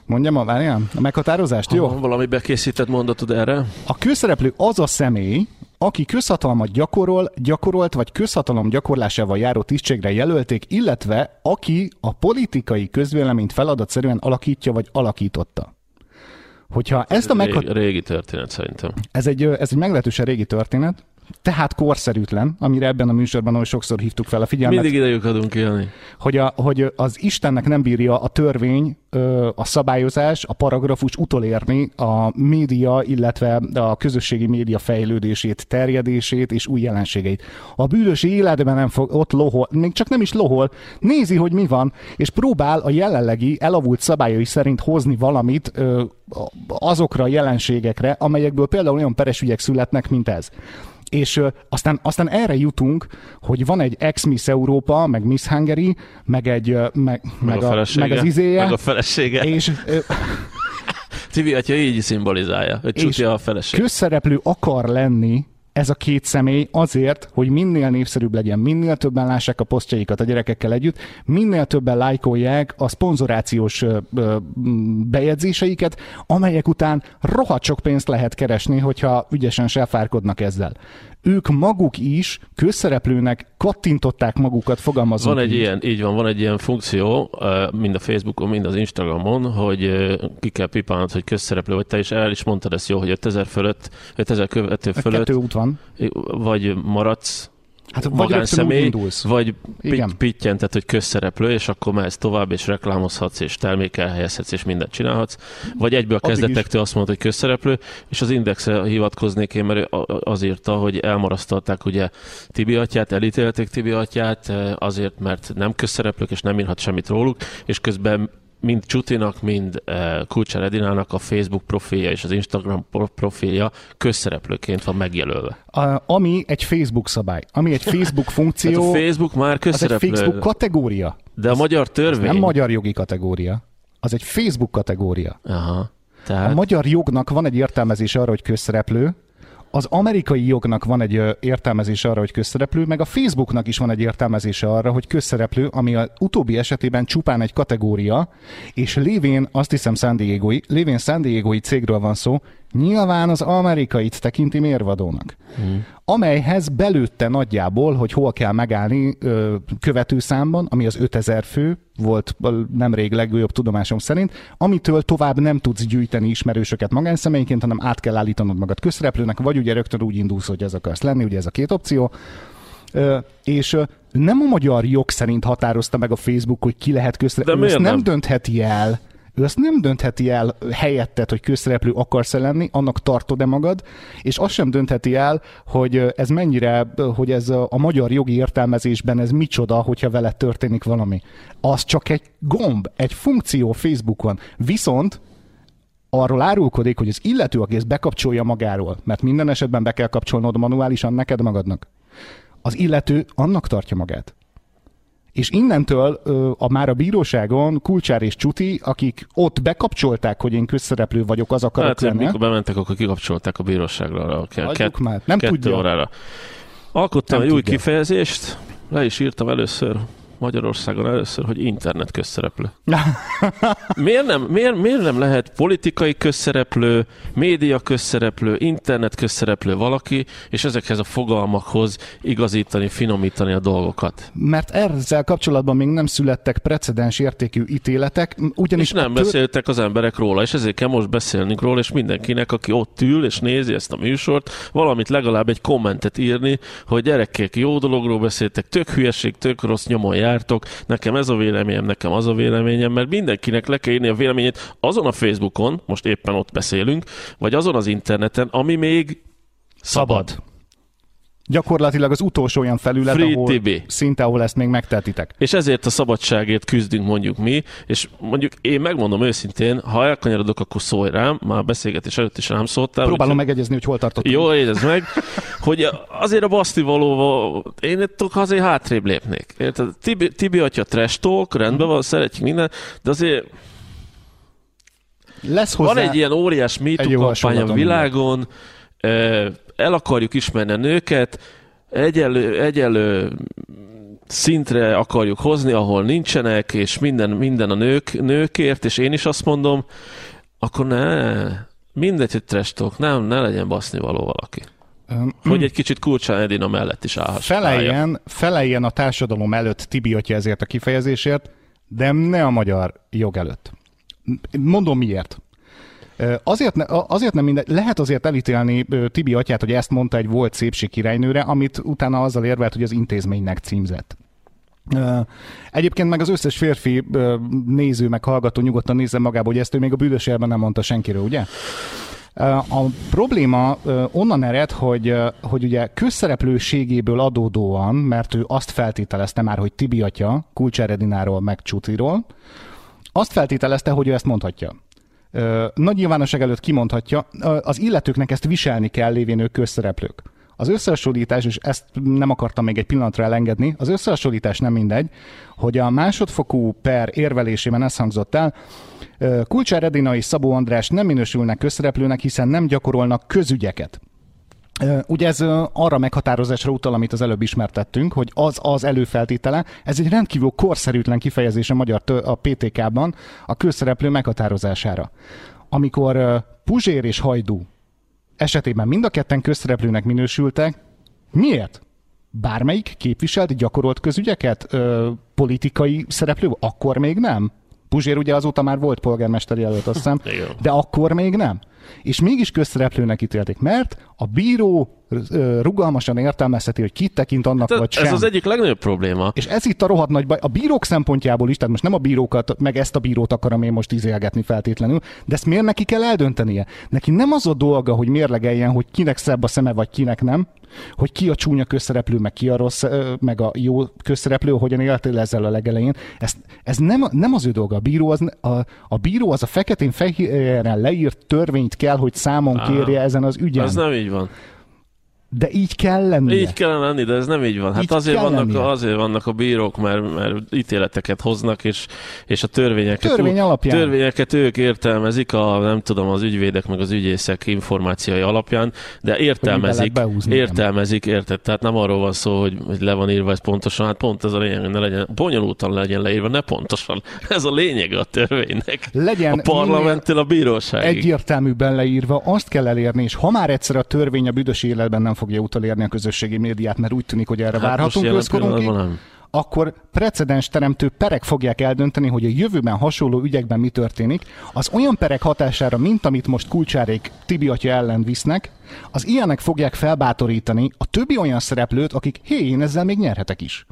B: Mondjam, a, várjál, a meghatározást? Jó?
C: Ha valami bekészített mondatod erre?
B: A közszereplő az a személy, aki közhatalmat gyakorol, gyakorolt vagy közhatalom gyakorlásával járó tisztségre jelölték, illetve aki a politikai közvéleményt feladatszerűen alakítja vagy alakította. Hogyha ezt a meghat...
C: régi, régi történet szerintem.
B: Ez egy, ez egy meglehetősen régi történet, tehát korszerűtlen, amire ebben a műsorban oly sokszor hívtuk fel a figyelmet.
C: Mindig idejük adunk élni.
B: Hogy, a, hogy az Istennek nem bírja a törvény, a szabályozás, a paragrafus utolérni a média, illetve a közösségi média fejlődését, terjedését és új jelenségeit. A bűnös életben nem fog ott lohol, még csak nem is lohol, nézi, hogy mi van, és próbál a jelenlegi elavult szabályai szerint hozni valamit azokra a jelenségekre, amelyekből például olyan peres ügyek születnek, mint ez. És ö, aztán, aztán erre jutunk, hogy van egy ex-Miss Európa, meg Miss Hungary, meg, egy, ö, meg,
C: meg,
B: meg,
C: a
B: a, meg az izéje.
C: Meg a felesége.
B: És, ö,
C: Tibi atya így szimbolizálja, hogy Csuti a feleség.
B: Közszereplő akar lenni ez a két személy azért, hogy minél népszerűbb legyen, minél többen lássák a posztjaikat a gyerekekkel együtt, minél többen lájkolják a szponzorációs bejegyzéseiket, amelyek után rohadt sok pénzt lehet keresni, hogyha ügyesen sefárkodnak ezzel. Ők maguk is közszereplőnek kattintották magukat, fogalmazunk.
C: Van egy
B: így.
C: ilyen, így van, van egy ilyen funkció, mind a Facebookon, mind az Instagramon, hogy ki kell pipálnod, hogy közszereplő vagy te, és el is mondtad ezt jó, hogy ötezer fölött, ötezer követő fölött.
B: Kettő út van.
C: Vagy maradsz
B: hát
C: magánszemély, vagy pittyented, hogy közszereplő, és akkor mehetsz tovább, és reklámozhatsz, és termékkel helyezhetsz, és mindent csinálhatsz. Vagy egyből a kezdetektől azt mondod, hogy közszereplő, és az Indexre hivatkoznék én, mert az írta, hogy elmarasztalták ugye Tibi atyát, elítélték Tibi atyát, azért, mert nem közszereplők, és nem írhat semmit róluk, és közben mind Csutinak, mind uh, Kulcsár Edinának a Facebook profilja és az Instagram profilja közszereplőként van megjelölve.
B: A, ami egy Facebook szabály, ami egy Facebook funkció.
C: Hát a Facebook már közszereplő.
B: Az egy Facebook kategória.
C: De a magyar törvény...
B: nem magyar jogi kategória. Az egy Facebook kategória.
C: Aha. Tehát...
B: A magyar jognak van egy értelmezés arra, hogy közszereplő, az amerikai jognak van egy értelmezése arra, hogy közszereplő, meg a Facebooknak is van egy értelmezése arra, hogy közszereplő, ami az utóbbi esetében csupán egy kategória, és lévén, azt hiszem San Diego-i, lévén San Diego-i cégről van szó, nyilván az amerikait tekinti mérvadónak. Hmm. Amelyhez belőtte nagyjából, hogy hol kell megállni ö, követőszámban, ami az ötezer fő, volt nemrég legújabb tudomásom szerint, amitől tovább nem tudsz gyűjteni ismerősöket magánszemélyként, hanem át kell állítanod magad közszereplőnek, vagy ugye rögtön úgy indulsz, hogy ez akarsz lenni, ugye ez a két opció. Ö, és ö, nem a magyar jog szerint határozta meg a Facebook, hogy ki lehet közszereplő, ezt nem, nem döntheti el. Ő azt nem döntheti el helyetted, hogy közszereplő akarsz-e lenni, annak tartod-e magad, és azt sem döntheti el, hogy ez mennyire, hogy ez a magyar jogi értelmezésben ez micsoda, hogyha veled történik valami. Az csak egy gomb, egy funkció Facebookon. Viszont arról árulkodik, hogy az illető, aki ezt bekapcsolja magáról, mert minden esetben be kell kapcsolnod manuálisan neked magadnak, az illető annak tartja magát. És innentől a, már a bíróságon Kulcsár és Csuti, akik ott bekapcsolták, hogy én közszereplő vagyok, az akarok
C: hát,
B: lenni.
C: Mikor bementek, akkor kikapcsolták a bíróságra arra, kett,
B: már. Nem
C: kettő
B: tudja.
C: órára. Alkottam
B: Nem
C: egy
B: tudja.
C: új kifejezést, le is írtam először, Magyarországon először, hogy internet közszereplő. miért, nem, miért, miért nem lehet politikai közszereplő, média közszereplő, internet közszereplő valaki, és ezekhez a fogalmakhoz igazítani, finomítani a dolgokat?
B: Mert ezzel kapcsolatban még nem születtek precedens értékű ítéletek, ugyanis
C: és nem
B: tör...
C: beszéltek az emberek róla, és ezért kell most beszélnünk róla, és mindenkinek, aki ott ül és nézi ezt a műsort, valamit legalább egy kommentet írni, hogy gyerekek, jó dologról beszéltek, tök hülyeség, tök rossz nyomon jár, nekem ez a véleményem, nekem az a véleményem, mert mindenkinek le kell írni a véleményét azon a Facebookon, most éppen ott beszélünk, vagy azon az interneten, ami még szabad. szabad.
B: Gyakorlatilag az utolsó olyan felület,
C: Free
B: ahol
C: Tibi.
B: szinte, ahol ezt még megtehetitek.
C: És ezért a szabadságért küzdünk mondjuk mi, és mondjuk én megmondom őszintén, ha elkanyarodok, akkor szólj rám, már a beszélgetés előtt is rám szóltál.
B: Próbálom
C: úgy,
B: megegyezni, hogy hol tartottunk.
C: Jó, érzed meg, hogy azért a basztivalóval én itt azért hátrébb lépnék. Érted? Tibi, Tibi atya trash talk, rendben van, szeretjük minden, de azért
B: lesz hozzá
C: van egy ilyen óriás MeToo kampány a világon, el akarjuk ismerni a nőket, egyenlő, egyenlő szintre akarjuk hozni, ahol nincsenek, és minden, minden a nők, nőkért, és én is azt mondom, akkor ne, mindegy, hogy trash talk, nem, ne legyen basznivaló valaki. Um, hogy egy kicsit Kulcsár Edina mellett is állhass.
B: Feleljen, feleljen a társadalom előtt Tibi atya ezért a kifejezésért, de ne a magyar jog előtt. Mondom miért. Azért, ne, azért nem mindegy, lehet azért elítélni Tibi atyát, hogy ezt mondta egy volt szépségkirálynőre, amit utána azzal érvelt, hogy az intézménynek címzett. Egyébként meg az összes férfi néző, meg hallgató nyugodtan nézze magába, hogy ezt ő még a Büdös Érben nem mondta senkiről, ugye? A probléma onnan ered, hogy, hogy ugye közszereplőségéből adódóan, mert ő azt feltételezte már, hogy Tibi atya Kulcsár Edináról meg Csutiról, azt feltételezte, hogy ő ezt mondhatja. Nagy nyilvánosság előtt kimondhatja, az illetőknek ezt viselni kell, lévén ők közszereplők. Az összehasonlítás, és ezt nem akartam még egy pillanatra elengedni, az összehasonlítás nem mindegy, hogy a másodfokú per érvelésében ez hangzott el, Kulcsár Edina és Szabó András nem minősülnek közszereplőnek, hiszen nem gyakorolnak közügyeket. Ugye ez arra meghatározásra utal, amit az előbb ismertettünk, hogy az az előfeltétele, ez egy rendkívül korszerűtlen kifejezés a magyar a pé té ká-ban a közszereplő meghatározására. Amikor Puzsér és Hajdú esetében mind a ketten közszereplőnek minősültek, miért? Bármelyik képviselt, gyakorolt közügyeket? Ö, politikai szereplő? Akkor még nem. Puzsér ugye azóta már volt polgármesteri jelölt, azt hiszem, de akkor még nem. És mégis közszereplőnek ítélték, mert a bíró rugalmasan értelmezheti, hogy kit tekint annak,
C: hát
B: vagy
C: ez
B: sem.
C: Az egyik legnagyobb probléma.
B: És ez itt a rohadt nagy baj. A bírók szempontjából is, tehát most nem a bírókat, meg ezt a bírót akarom én most izélgetni feltétlenül, de ezt miért neki kell eldöntenie? Neki nem az a dolga, hogy mérlegeljen, hogy kinek szebb a szeme, vagy kinek nem, hogy ki a csúnya közszereplő, meg ki a rossz, meg a jó közszereplő, hogyan éltél ezzel a legelején. Ez, ez nem, nem az ő dolga. A bíró az a, a, bíró az a feketén-fehéren leírt törvényt kell, hogy számon kérje Á, ezen az ügyen.
C: Ez nem így van.
B: De így kell lennie.
C: Így kellene lenni, de ez nem így van. Hát így azért vannak, azért vannak a bírók, mert, mert ítéleteket hoznak, és, és a törvényeket,
B: Törvény alapján.
C: törvényeket ők értelmezik, a, nem tudom, az ügyvédek meg az ügyészek információi alapján, de értelmezik, értelmezik, érted? Tehát nem arról van szó, hogy, hogy le van írva ez pontosan, hát pont ez a lényeg, hogy ne legyen, bonyolultan legyen leírva, ne pontosan. Ez a lényege a törvénynek. Legyen a parlamenttől a bíróságig.
B: Egyértelműben leírva, azt kell elérni, és ha már egyszer a törvény a büdös életben nem fogja utolérni a közösségi médiát, mert úgy tűnik, hogy erre hát várhatunk közkorunkig, akkor precedens teremtő perek fogják eldönteni, hogy a jövőben hasonló ügyekben mi történik. Az olyan perek hatására, mint amit most Kulcsárék Tibi atya ellen visznek, az ilyenek fogják felbátorítani a többi olyan szereplőt, akik hé, én ezzel még nyerhetek is.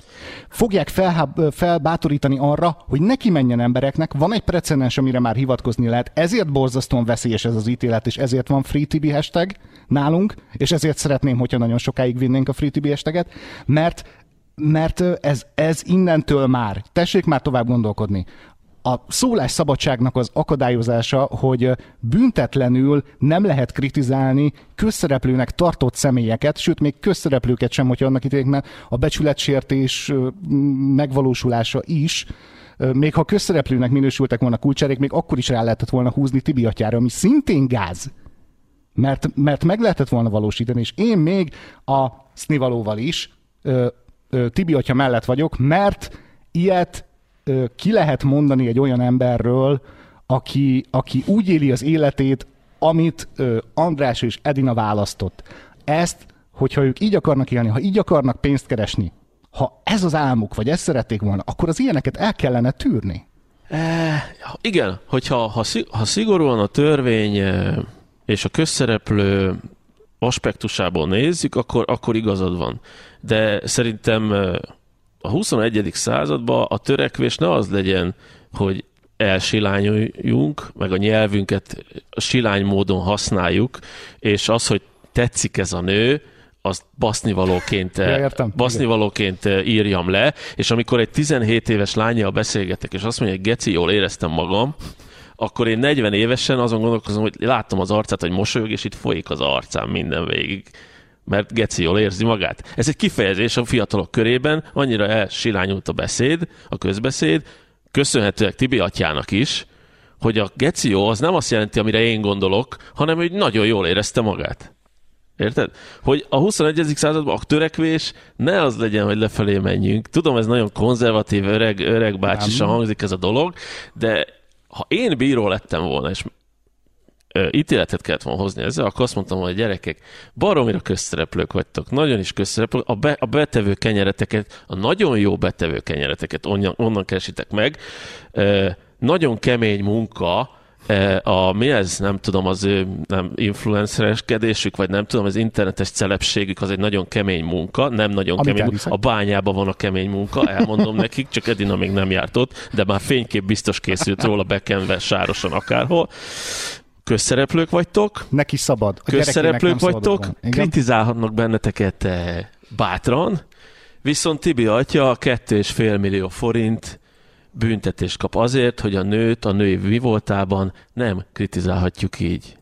B: Fogják felháb, felbátorítani arra, hogy neki menjen embereknek, van egy precedens, amire már hivatkozni lehet, ezért borzasztóan veszélyes ez az ítélet, és ezért van FreeTibi hashtag nálunk, és ezért szeretném, hogyha nagyon sokáig vinnénk a FreeTibi hashtaget, mert, mert ez, ez innentől már, tessék már tovább gondolkodni, a szólásszabadságnak az akadályozása, hogy büntetlenül nem lehet kritizálni közszereplőnek tartott személyeket, sőt még közszereplőket sem, hogyha annak idején a becsületsértés megvalósulása is, még ha közszereplőnek minősültek volna Kulcsárék, még akkor is rá lehetett volna húzni Tibi atyára, ami szintén gáz. Mert, mert meg lehetett volna valósítani, és én még a Sznivalóval is ö, ö, Tibi atya mellett vagyok, mert ilyet ö, ki lehet mondani egy olyan emberről, aki, aki úgy éli az életét, amit ö, András és Edina választott. Ezt, hogyha ők így akarnak élni, ha így akarnak pénzt keresni, ha ez az álmuk, vagy ezt szerették volna, akkor az ilyeneket el kellene tűrni.
C: E, igen, hogyha ha, ha szigorúan a törvény és a közszereplő aspektusából nézzük, akkor, akkor igazad van. De szerintem a huszonegyedik században a törekvés ne az legyen, hogy elsilányoljunk, meg a nyelvünket silány módon használjuk, és az, hogy tetszik ez a nő, azt basznivalóként,
B: ja, értem,
C: basznivalóként írjam le, és amikor egy tizenhét éves lányjal beszélgetek, és azt mondja, hogy geci, jól éreztem magam, akkor én negyven évesen azon gondolkozom, hogy láttam az arcát, hogy mosolyog, és itt folyik az arcán minden végig, mert geci jól érzi magát. Ez egy kifejezés a fiatalok körében, annyira elsilányult a beszéd, a közbeszéd, köszönhetőleg Tibi atyának is, hogy a geci jó az nem azt jelenti, amire én gondolok, hanem hogy nagyon jól érezte magát. Érted? Hogy a huszonegyedik században a törekvés ne az legyen, hogy lefelé menjünk. Tudom, ez nagyon konzervatív, öreg, öreg bácsisan hangzik ez a dolog, de ha én bíró lettem volna, és ö, ítéletet kellett volna hozni ezzel, akkor azt mondtam, hogy gyerekek, baromira közszereplők vagytok, nagyon is közszereplők, a, be, a betevő kenyereteket, a nagyon jó betevő kenyereteket onnan, onnan keresitek meg, ö, nagyon kemény munka, a, mi ez? Nem tudom, az ő nem, influencereskedésük, vagy nem tudom, az internetes celebségük az egy nagyon kemény munka, nem nagyon Amit kemény munka. A bányában van a kemény munka, elmondom nekik, csak Edina még nem járt ott, de már fénykép biztos készült róla bekenve sárosan akárhol. Közszereplők vagytok.
B: Neki szabad. A
C: közszereplők vagytok, kritizálhatnak benneteket bátran, viszont Tibi atya kettő és fél millió forint büntetést kap azért, hogy a nőt a női mi voltában nem kritizálhatjuk így.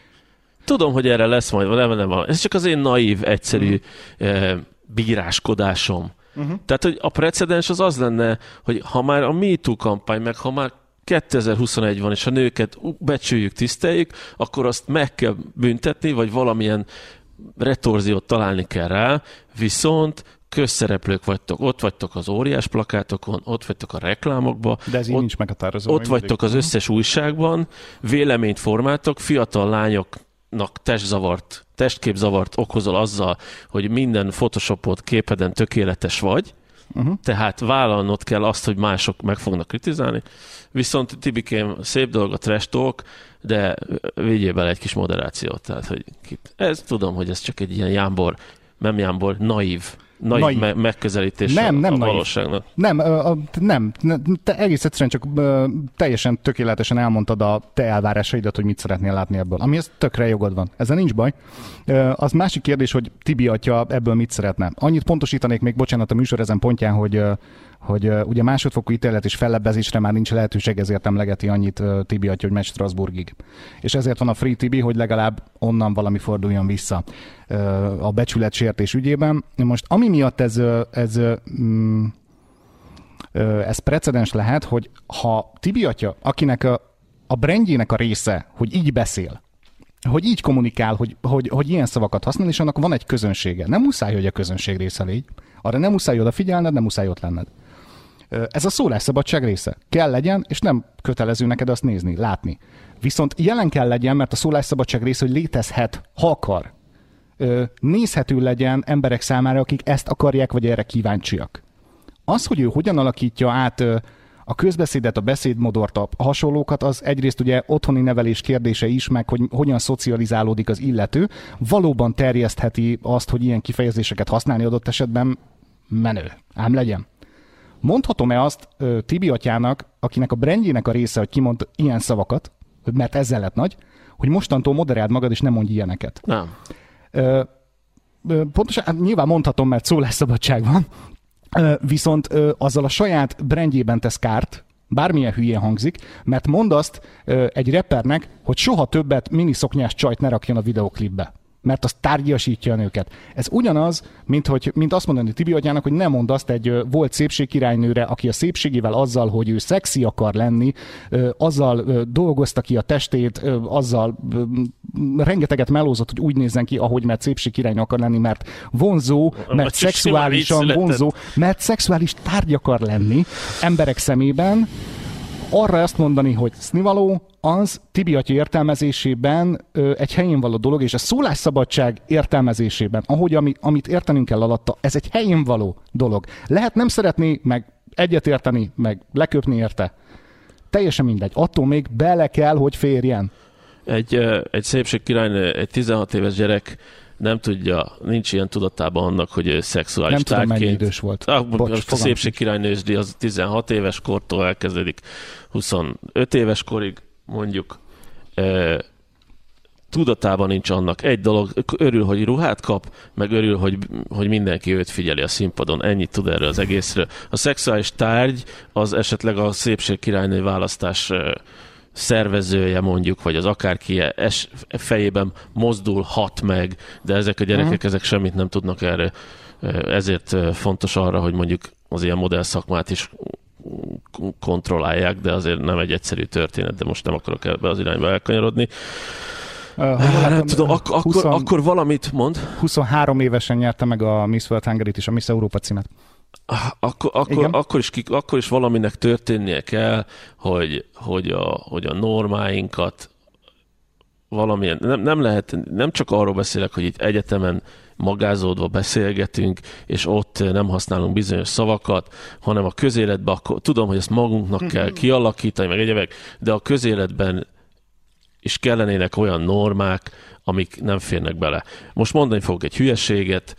C: Tudom, hogy erre lesz majd, nem, nem, nem. Ez csak az én naív, egyszerű uh-huh. eh, bíráskodásom. Uh-huh. Tehát, hogy a precedens az az lenne, hogy ha már a MeToo kampány, meg ha már kétezer-huszonegy van, és a nőket becsüljük, tiszteljük, akkor azt meg kell büntetni, vagy valamilyen retorziót találni kell rá, viszont közszereplők vagytok, ott vagytok az óriás plakátokon, ott vagytok a reklámokban,
B: de ez így
C: ott,
B: nincs meghatározva.
C: ott vagytok az összes újságban, véleményt formáltok, fiatal lányoknak testzavart, testképzavart okozol azzal, hogy minden photoshopot képeden tökéletes vagy, uh-huh. tehát vállalnod kell azt, hogy mások meg fognak kritizálni, viszont Tibikém, szép dolog a trash talk, de vigyél bele egy kis moderációt, tehát hogy ez tudom, hogy ez csak egy ilyen jámbor, nem jámbor, naív Naív, naív. Me- megközelítés nem, a, nem a valóságnak.
B: Nem, a, a, nem, te egész egyszerűen csak uh, teljesen tökéletesen elmondtad a te elvárásaidat, hogy mit szeretnél látni ebből. Amihez tökre jogod van. Ezzel nincs baj. Uh, az másik kérdés, hogy Tibi atya ebből mit szeretne. Annyit pontosítanék még, bocsánat, a műsor ezen pontján, hogy uh, hogy uh, ugye másodfokú ítélet és fellebbezésre már nincs lehetőség, ezért emlegeti annyit uh, Tibi atya, hogy megy Strasbourgig. És ezért van a Free Tibi, hogy legalább onnan valami forduljon vissza uh, a becsületsértés ügyében. Most ami miatt ez, ez, mm, ez precedens lehet, hogy ha Tibi atya, akinek a, a brandjének a része, hogy így beszél, hogy így kommunikál, hogy, hogy, hogy ilyen szavakat használ, és annak van egy közönsége. Nem muszáj, hogy a közönség része légy. Arra nem muszáj odafigyelned, nem muszáj ott lenned. Ez a szólásszabadság része. Kell legyen, és nem kötelező neked azt nézni, látni. Viszont jelen kell legyen, mert a szólásszabadság része, hogy létezhet, ha akar. Nézhető legyen emberek számára, akik ezt akarják, vagy erre kíváncsiak. Az, hogy ő hogyan alakítja át a közbeszédet, a beszédmodort, a hasonlókat, az egyrészt ugye otthoni nevelés kérdése is, meg hogy hogyan szocializálódik az illető, valóban terjesztheti azt, hogy ilyen kifejezéseket használni adott esetben menő. Ám legyen. Mondhatom-e azt uh, Tibi atyának, akinek a brandjének a része, hogy kimond ilyen szavakat, mert ezzel lett nagy, hogy mostantól moderáld magad, és nem mondj ilyeneket.
C: Nem.
B: Uh, uh, pontosan, hát nyilván mondhatom, mert szólásszabadság van, uh, viszont uh, azzal a saját brandjében tesz kárt, bármilyen hülyén hangzik, mert mond azt uh, egy rappernek, hogy soha többet miniszoknyás csajt ne rakjon a videoklipbe, mert az tárgyasítja a nőket. Ez ugyanaz, mint, hogy, mint azt mondani Tibi atyának, hogy nem mond azt egy volt szépségkirálynőre, aki a szépségével azzal, hogy ő szexi akar lenni, azzal dolgozta ki a testét, azzal rengeteget melózott, hogy úgy nézzen ki, ahogy mert szépségkirálynő akar lenni, mert vonzó, mert szexuálisan vonzó, mert szexuális tárgy akar lenni emberek szemében. Arra azt mondani, hogy sznivaló, az Tibi atya értelmezésében ö, egy helyén való dolog, és a szólásszabadság értelmezésében, ahogy ami, amit értenünk kell alatta, ez egy helyén való dolog. Lehet nem szeretni, meg egyetérteni, meg leköpni érte. Teljesen mindegy. Attól még bele kell, hogy férjen.
C: Egy, egy szépségkirálynő, egy tizenhat éves gyerek nem tudja, nincs ilyen tudatában annak, hogy ő szexuális
B: nem
C: tárgyként.
B: Nem tudom, mennyi idős volt.
C: Ah, Bocs, a szépségkirálynősdi az tizenhat éves kortól elkezdődik huszonöt éves korig, mondjuk. E, tudatában nincs annak. Egy dolog, örül, hogy ruhát kap, meg örül, hogy, hogy mindenki őt figyeli a színpadon. Ennyit tud erről az egészről. A szexuális tárgy az esetleg a szépségkirálynő választás szervezője mondjuk, vagy az akárki es fejében mozdulhat meg, de ezek a gyerekek, uh-huh. ezek semmit nem tudnak erre. Ezért fontos arra, hogy mondjuk az ilyen modell szakmát is kontrollálják, de azért nem egy egyszerű történet, de most nem akarok ebbe az irányba elkanyarodni. Uh, nem tudom, ak- akkor,
B: húsz
C: akkor valamit mond.
B: huszonhárom évesen nyerte meg a Miss World Hungary-t és a Miss Európa címet.
C: Akkor, akkor, akkor, is, akkor is valaminek történnie kell, hogy, hogy, a, hogy a normáinkat valamilyen, nem, nem lehet, nem csak arról beszélek, hogy itt egyetemen magázódva beszélgetünk, és ott nem használunk bizonyos szavakat, hanem a közéletben, akkor tudom, hogy ezt magunknak kell kialakítani, meg egyebek, de a közéletben is kellenének olyan normák, amik nem férnek bele. Most mondani fogok egy hülyeséget,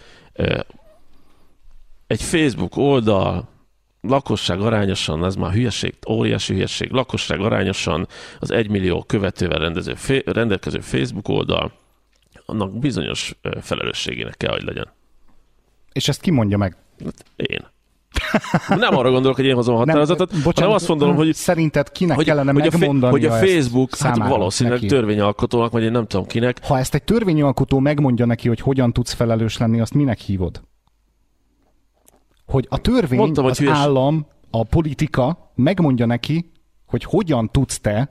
C: egy Facebook oldal, lakosság arányosan, ez már hülyeség, óriási hülyeség, lakosság arányosan az egymillió követővel rendező, rendelkező Facebook oldal, annak bizonyos felelősségének kell, hogy legyen.
B: És ezt ki mondja meg?
C: Én. Nem arra gondolok, hogy én hozom a határozatot, nem, bocsánat, hanem azt mondom, hogy...
B: Szerinted kinek
C: hogy,
B: kellene
C: hogy
B: megmondani?
C: Hogy a Facebook, hát valószínűleg
B: neki.
C: törvényalkotónak, vagy én nem tudom kinek.
B: Ha ezt egy törvényalkotó megmondja neki, hogy hogyan tudsz felelős lenni, azt minek hívod? Hogy a törvény, Mondtam, az hülyes... állam, a politika megmondja neki, hogy hogyan tudsz te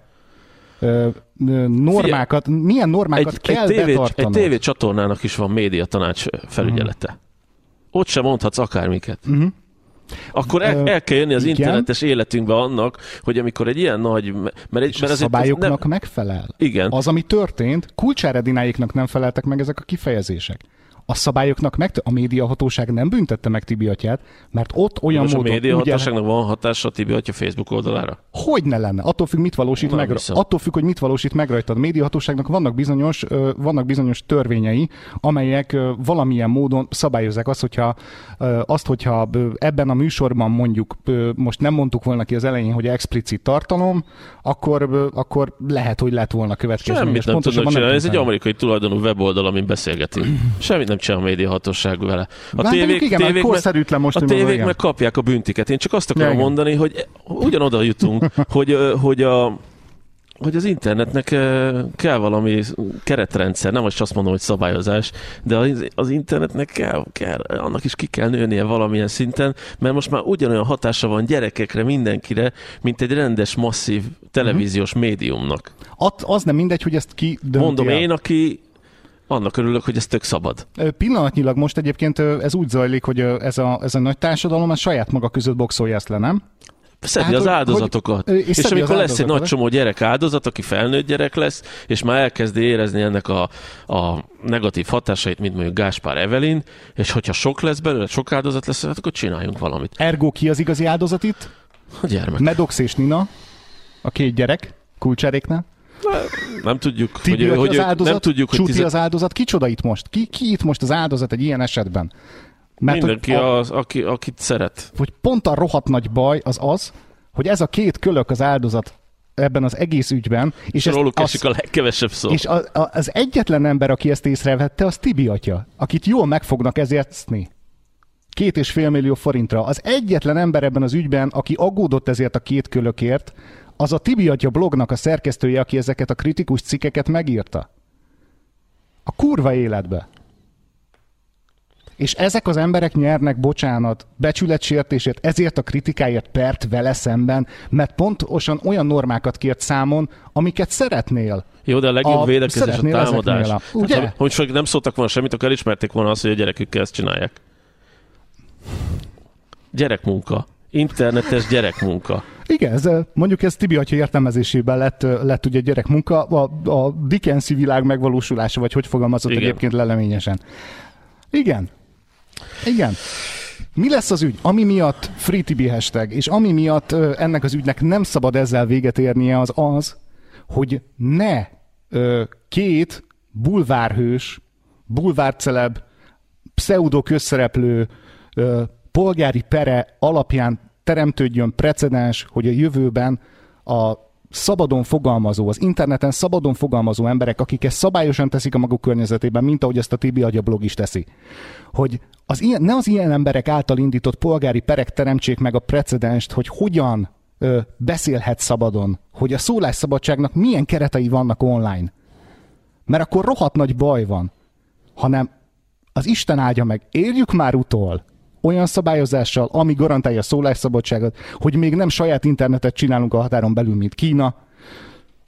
B: ö, ö, normákat, Figyelj, milyen normákat egy, kell egy betartanod.
C: Egy tévécsatornának is van médiatanács felügyelete. Uh-huh. Ott sem mondhatsz akármiket. Uh-huh. Akkor el, el kell jönni az igen. internetes életünkbe annak, hogy amikor egy ilyen nagy... Mert egy,
B: és
C: mert
B: a szabályoknak
C: nem...
B: megfelel.
C: Igen.
B: Az, ami történt, Kulcsár-Edináéknak nem feleltek meg ezek a kifejezések. A szabályoknak meg, a médiahatóság nem büntette meg Tibi atyát, mert ott olyan
C: most
B: módon...
C: a médiahatóságnak ugye... van hatása a Tibi atya Facebook oldalára?
B: Hogy ne lenne? Attól függ, mit valósít meg, attól függ, hogy mit valósít meg rajtad. A médiahatóságnak vannak bizonyos, vannak bizonyos törvényei, amelyek valamilyen módon szabályozzák azt, hogyha, azt, hogyha ebben a műsorban mondjuk most nem mondtuk volna ki az elején, hogy explicit tartalom, akkor, akkor lehet, hogy lett volna következmény.
C: Semmit nem tudnak csinálni. Ez egy amerikai tulajdonú weboldal, amin beszélgetünk. Semmit nem csinál a médiahatóság vele. A tévék,
B: igen,
C: tévék,
B: meg, most
C: a tévék meg kapják a büntiket. Én csak azt akarom ja, mondani, hogy ugyanoda jutunk, hogy, hogy, a, hogy az internetnek kell valami keretrendszer, nem most azt mondom, hogy szabályozás, de az, az internetnek kell, kell, annak is ki kell nőnie valamilyen szinten, mert most már ugyanolyan hatása van gyerekekre, mindenkire, mint egy rendes, masszív televíziós uh-huh. médiumnak.
B: At, az nem mindegy, hogy ezt ki dönti.
C: Mondom én, aki annak örülök, hogy ez tök szabad.
B: Pillanatnyilag most egyébként ez úgy zajlik, hogy ez a, ez a nagy társadalom ez saját maga között boxolja ezt le, nem?
C: Szedi az áldozatokat. Hogy, és és amikor lesz egy nagy csomó gyerek áldozat, aki felnőtt gyerek lesz, és már elkezdi érezni ennek a, a negatív hatásait, mint mondjuk Gáspár Evelyn, és hogyha sok lesz belőle, sok áldozat lesz, hát akkor csináljunk valamit.
B: Ergo ki az igazi áldozat itt?
C: A gyermek.
B: Medox és Nina, a két gyerek, Kulcsáréknál.
C: Nem tudjuk,
B: Tibi,
C: hogy, hogy
B: az áldozat,
C: nem tudjuk, hogy
B: Csuti
C: tize...
B: az áldozat. Kicsoda itt most? Ki, ki itt most az áldozat egy ilyen esetben?
C: Mert mindenki, a, az, aki, akit szeret.
B: Hogy pont a rohadt nagy baj az az, hogy ez a két kölök az áldozat ebben az egész ügyben. És
C: róluk esik a legkevesebb szó.
B: És a, a, az egyetlen ember, aki ezt észrevette, az Tibi atya, akit jól meg fognak ezért szni. Két és fél millió forintra. Az egyetlen ember ebben az ügyben, aki aggódott ezért a két kölökért, az a Tibi atya blognak a szerkesztője, aki ezeket a kritikus cikkeket megírta. A kurva életbe. És ezek az emberek nyernek, bocsánat, becsületsértésért, ezért a kritikáért pert vele szemben, mert pontosan olyan normákat kért számon, amiket szeretnél.
C: Jó, de a legjobb a, védekezés a támadás. A,
B: ugye?
C: Hát, hogy nem szóltak volna semmit, akkor elismerték volna azt, hogy a gyerekükkel ezt csinálják. Gyerekmunka. Internetes gyerekmunka.
B: Igen, ez, mondjuk ez Tibi atya értelmezésében lett, lett ugye gyerekmunka, a, a Dickensi világ megvalósulása, vagy hogy fogalmazott igen. Egyébként leleményesen. Igen. Igen. Mi lesz az ügy? Ami miatt FreeTibi hashtag, és ami miatt ö, ennek az ügynek nem szabad ezzel véget érnie, az az, hogy ne ö, két bulvárhős, bulvárceleb, pseudo közszereplő ö, polgári pere alapján teremtődjön precedens, hogy a jövőben a szabadon fogalmazó, az interneten szabadon fogalmazó emberek, akik ezt szabályosan teszik a maguk környezetében, mint ahogy ezt a Tibi atya blog is teszi, hogy az ilyen, ne az ilyen emberek által indított polgári perek teremtsék meg a precedenst, hogy hogyan ö, beszélhet szabadon, hogy a szólásszabadságnak milyen keretei vannak online. Mert akkor rohadt nagy baj van, hanem az Isten áldja meg, érjük már utol olyan szabályozással, ami garantálja a szólásszabadságot, hogy még nem saját internetet csinálunk a határon belül, mint Kína,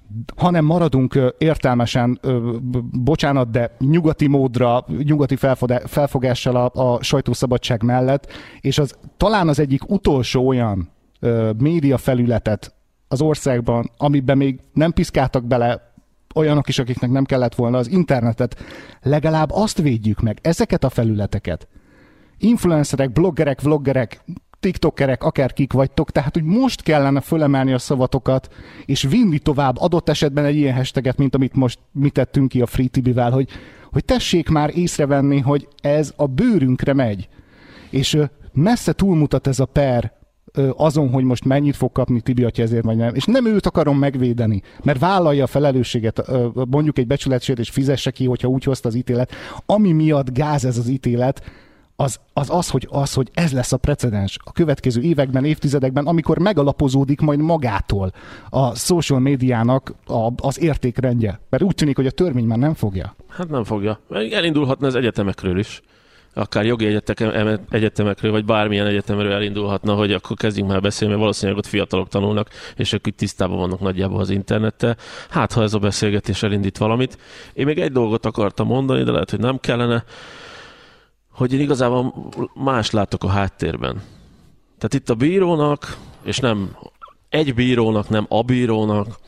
B: hanem maradunk értelmesen, bocsánat, de nyugati módra, nyugati felfogással a, a sajtószabadság mellett, és az talán az egyik utolsó olyan média felületet az országban, amiben még nem piszkáltak bele olyanok is, akiknek nem kellett volna, az internetet, legalább azt védjük meg, ezeket a felületeket. Influencerek, bloggerek, vloggerek, tiktokerek, akárkik vagytok, tehát hogy most kellene fölemelni a szavatokat, és vinni tovább adott esetben egy ilyen hashtaget, mint amit most mi tettünk ki a Free Tibivel, hogy, hogy tessék már észrevenni, hogy ez a bőrünkre megy. És messze túlmutat ez a per azon, hogy most mennyit fog kapni Tibi atya ezért, vagy nem. És nem őt akarom megvédeni, mert vállalja a felelősséget, mondjuk egy becsületsért, és fizesse ki, hogyha úgy hozta az ítélet. Ami miatt gáz ez az ítélet, az az, az, hogy, az, hogy ez lesz a precedens a következő években, évtizedekben, amikor megalapozódik majd magától a social médiának a, az értékrendje. Mert úgy tűnik, hogy a törvény már nem fogja.
C: Hát nem fogja. Elindulhatna ez egyetemekről is. Akár jogi egyetem, egyetemekről, vagy bármilyen egyetemről elindulhatna, hogy akkor kezdjünk már beszélni, mert valószínűleg ott fiatalok tanulnak, és ők itt tisztában vannak nagyjából az internettel. Hát, ha ez a beszélgetés elindít valamit. Én még egy dolgot akartam mondani, de lehet, hogy nem kellene, hogy én igazából más látok a háttérben. Tehát itt a bírónak, és nem egy bírónak, nem a bírónak,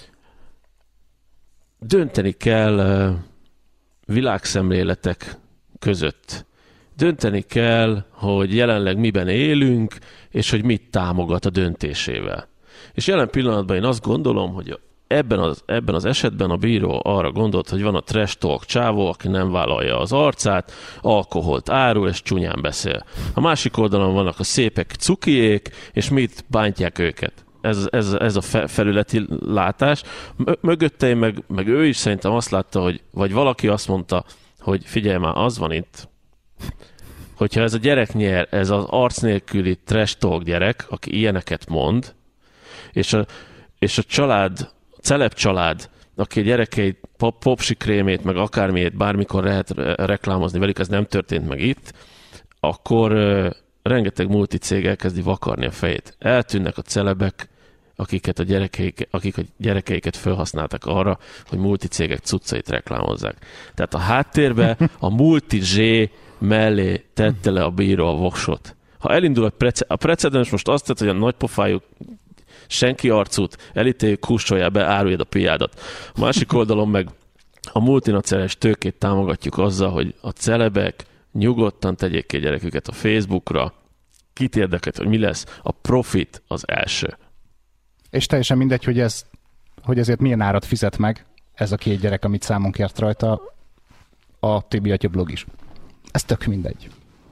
C: dönteni kell világszemléletek között. Dönteni kell, hogy jelenleg miben élünk, és hogy mit támogat a döntésével. És jelen pillanatban én azt gondolom, hogy ebben az, ebben az esetben a bíró arra gondolt, hogy van a trash talk csávó, aki nem vállalja az arcát, alkoholt árul, és csúnyán beszél. A másik oldalon vannak a szépek cukiék, és mit bántják őket. Ez, ez, ez a felületi látás. Mögötte én meg, meg ő is szerintem azt látta, hogy vagy valaki azt mondta, hogy figyelj már, az van itt, hogyha ez a gyerek nyer, ez az arc nélküli trash talk gyerek, aki ilyeneket mond, és a, és a család, a celeb család, aki a gyerekeit, pop, popsi krémét, meg akármiét bármikor lehet reklámozni velük, ez nem történt meg itt, akkor uh, rengeteg multicég elkezdi vakarni a fejét. Eltűnnek a celebek, akiket a gyerekeik, akik a gyerekeiket felhasználtak arra, hogy multicégek cuccait reklámozzák. Tehát a háttérbe a multi-zsé mellé tette le a bíró a voksot. Ha elindul a, prece- a precedens most azt tett, hogy a nagypofájú senki arcút elítéljük, kussolja be, áruljad a piádat. A másik oldalon meg a multinacionális tőkét támogatjuk azzal, hogy a celebek nyugodtan tegyék ki a gyereküket a Facebookra, kit érdekelt, hogy mi lesz, a profit az első.
B: És teljesen mindegy, hogy, ez, hogy ezért milyen árat fizet meg ez a két gyerek, amit számon kért rajta a Tibi atya blog is. Ez tök mindegy.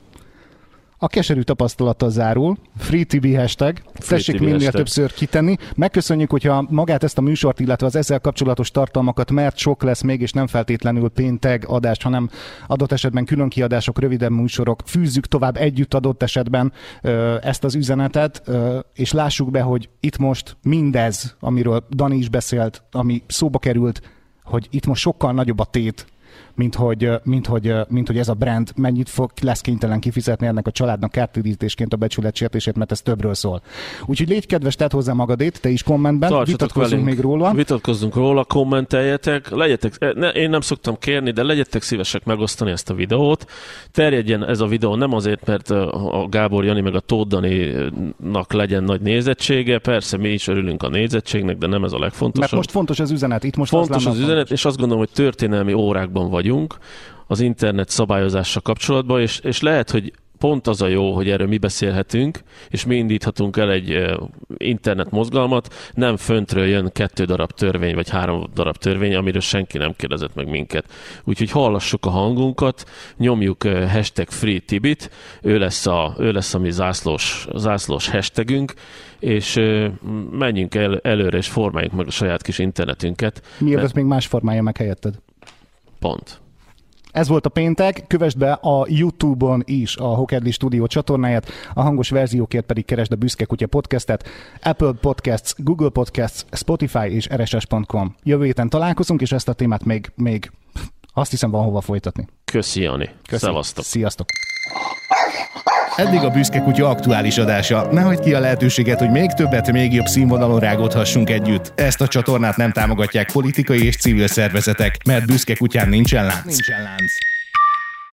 B: A keserű tapasztalattal zárul. Free Tibi hashtag. Tessék minél hashtag. Többször kitenni. Megköszönjük, hogyha magát ezt a műsort, illetve az ezzel kapcsolatos tartalmakat, mert sok lesz még, és nem feltétlenül péntek adást, hanem adott esetben külön kiadások, rövidebb műsorok. Fűzzük tovább együtt adott esetben ezt az üzenetet, és lássuk be, hogy itt most mindez, amiről Dani is beszélt, ami szóba került, hogy itt most sokkal nagyobb a tét, mint hogy, mint, hogy, mint hogy ez a brand mennyit fog, lesz kénytelen kifizetni ennek a családnak kártérítésként a becsületsértését, mert ez többről szól. Úgyhogy légy kedves, tedd hozzá magadét, te is kommentben, tartsatok vitatkozzunk velünk. Még róla.
C: Vitatkozzunk róla, kommenteljetek, legyetek, ne, én nem szoktam kérni, de legyetek szívesek megosztani ezt a videót. Terjedjen ez a videó nem azért, mert a Gábor Jani meg a Tóth Daninak legyen nagy nézettsége, persze mi is örülünk a nézettségnek, de nem ez a legfontosabb. Mert
B: most fontos az üzenet, itt most
C: fontos
B: az,
C: az üzenet, és azt gondolom, hogy történelmi órákban vagyunk az internet szabályozással kapcsolatban, és, és lehet, hogy pont az a jó, hogy erről mi beszélhetünk, és mi indíthatunk el egy uh, internet mozgalmat, nem föntről jön kettő darab törvény, vagy három darab törvény, amiről senki nem kérdezett meg minket. Úgyhogy hallassuk a hangunkat, nyomjuk uh, hashtag Free Tibit, ő lesz a, ő lesz a mi zászlós, zászlós hashtagünk, és uh, menjünk el, előre, és formáljuk meg a saját kis internetünket.
B: Miért mert... még más formálja meg helyetted?
C: Pont.
B: Ez volt a péntek, kövesd be a YouTube-on is a Hokedli Studio csatornáját, a hangos verziókért pedig keresd a Büszke Kutya podcastet, Apple Podcasts, Google Podcasts, Spotify és er es es pont com. Jövő héten találkozunk, és ezt a témát még, még azt hiszem van hova folytatni.
C: Köszi, Jani.
B: Köszi.
C: Szevasztok.
B: Sziasztok.
A: Eddig a Büszke Kutya aktuális adása. Ne hagyd ki a lehetőséget, hogy még többet, még jobb színvonalon rágódhassunk együtt. Ezt a csatornát nem támogatják politikai és civil szervezetek, mert Büszke Kutyán nincsen lánc. Nincsen lánc.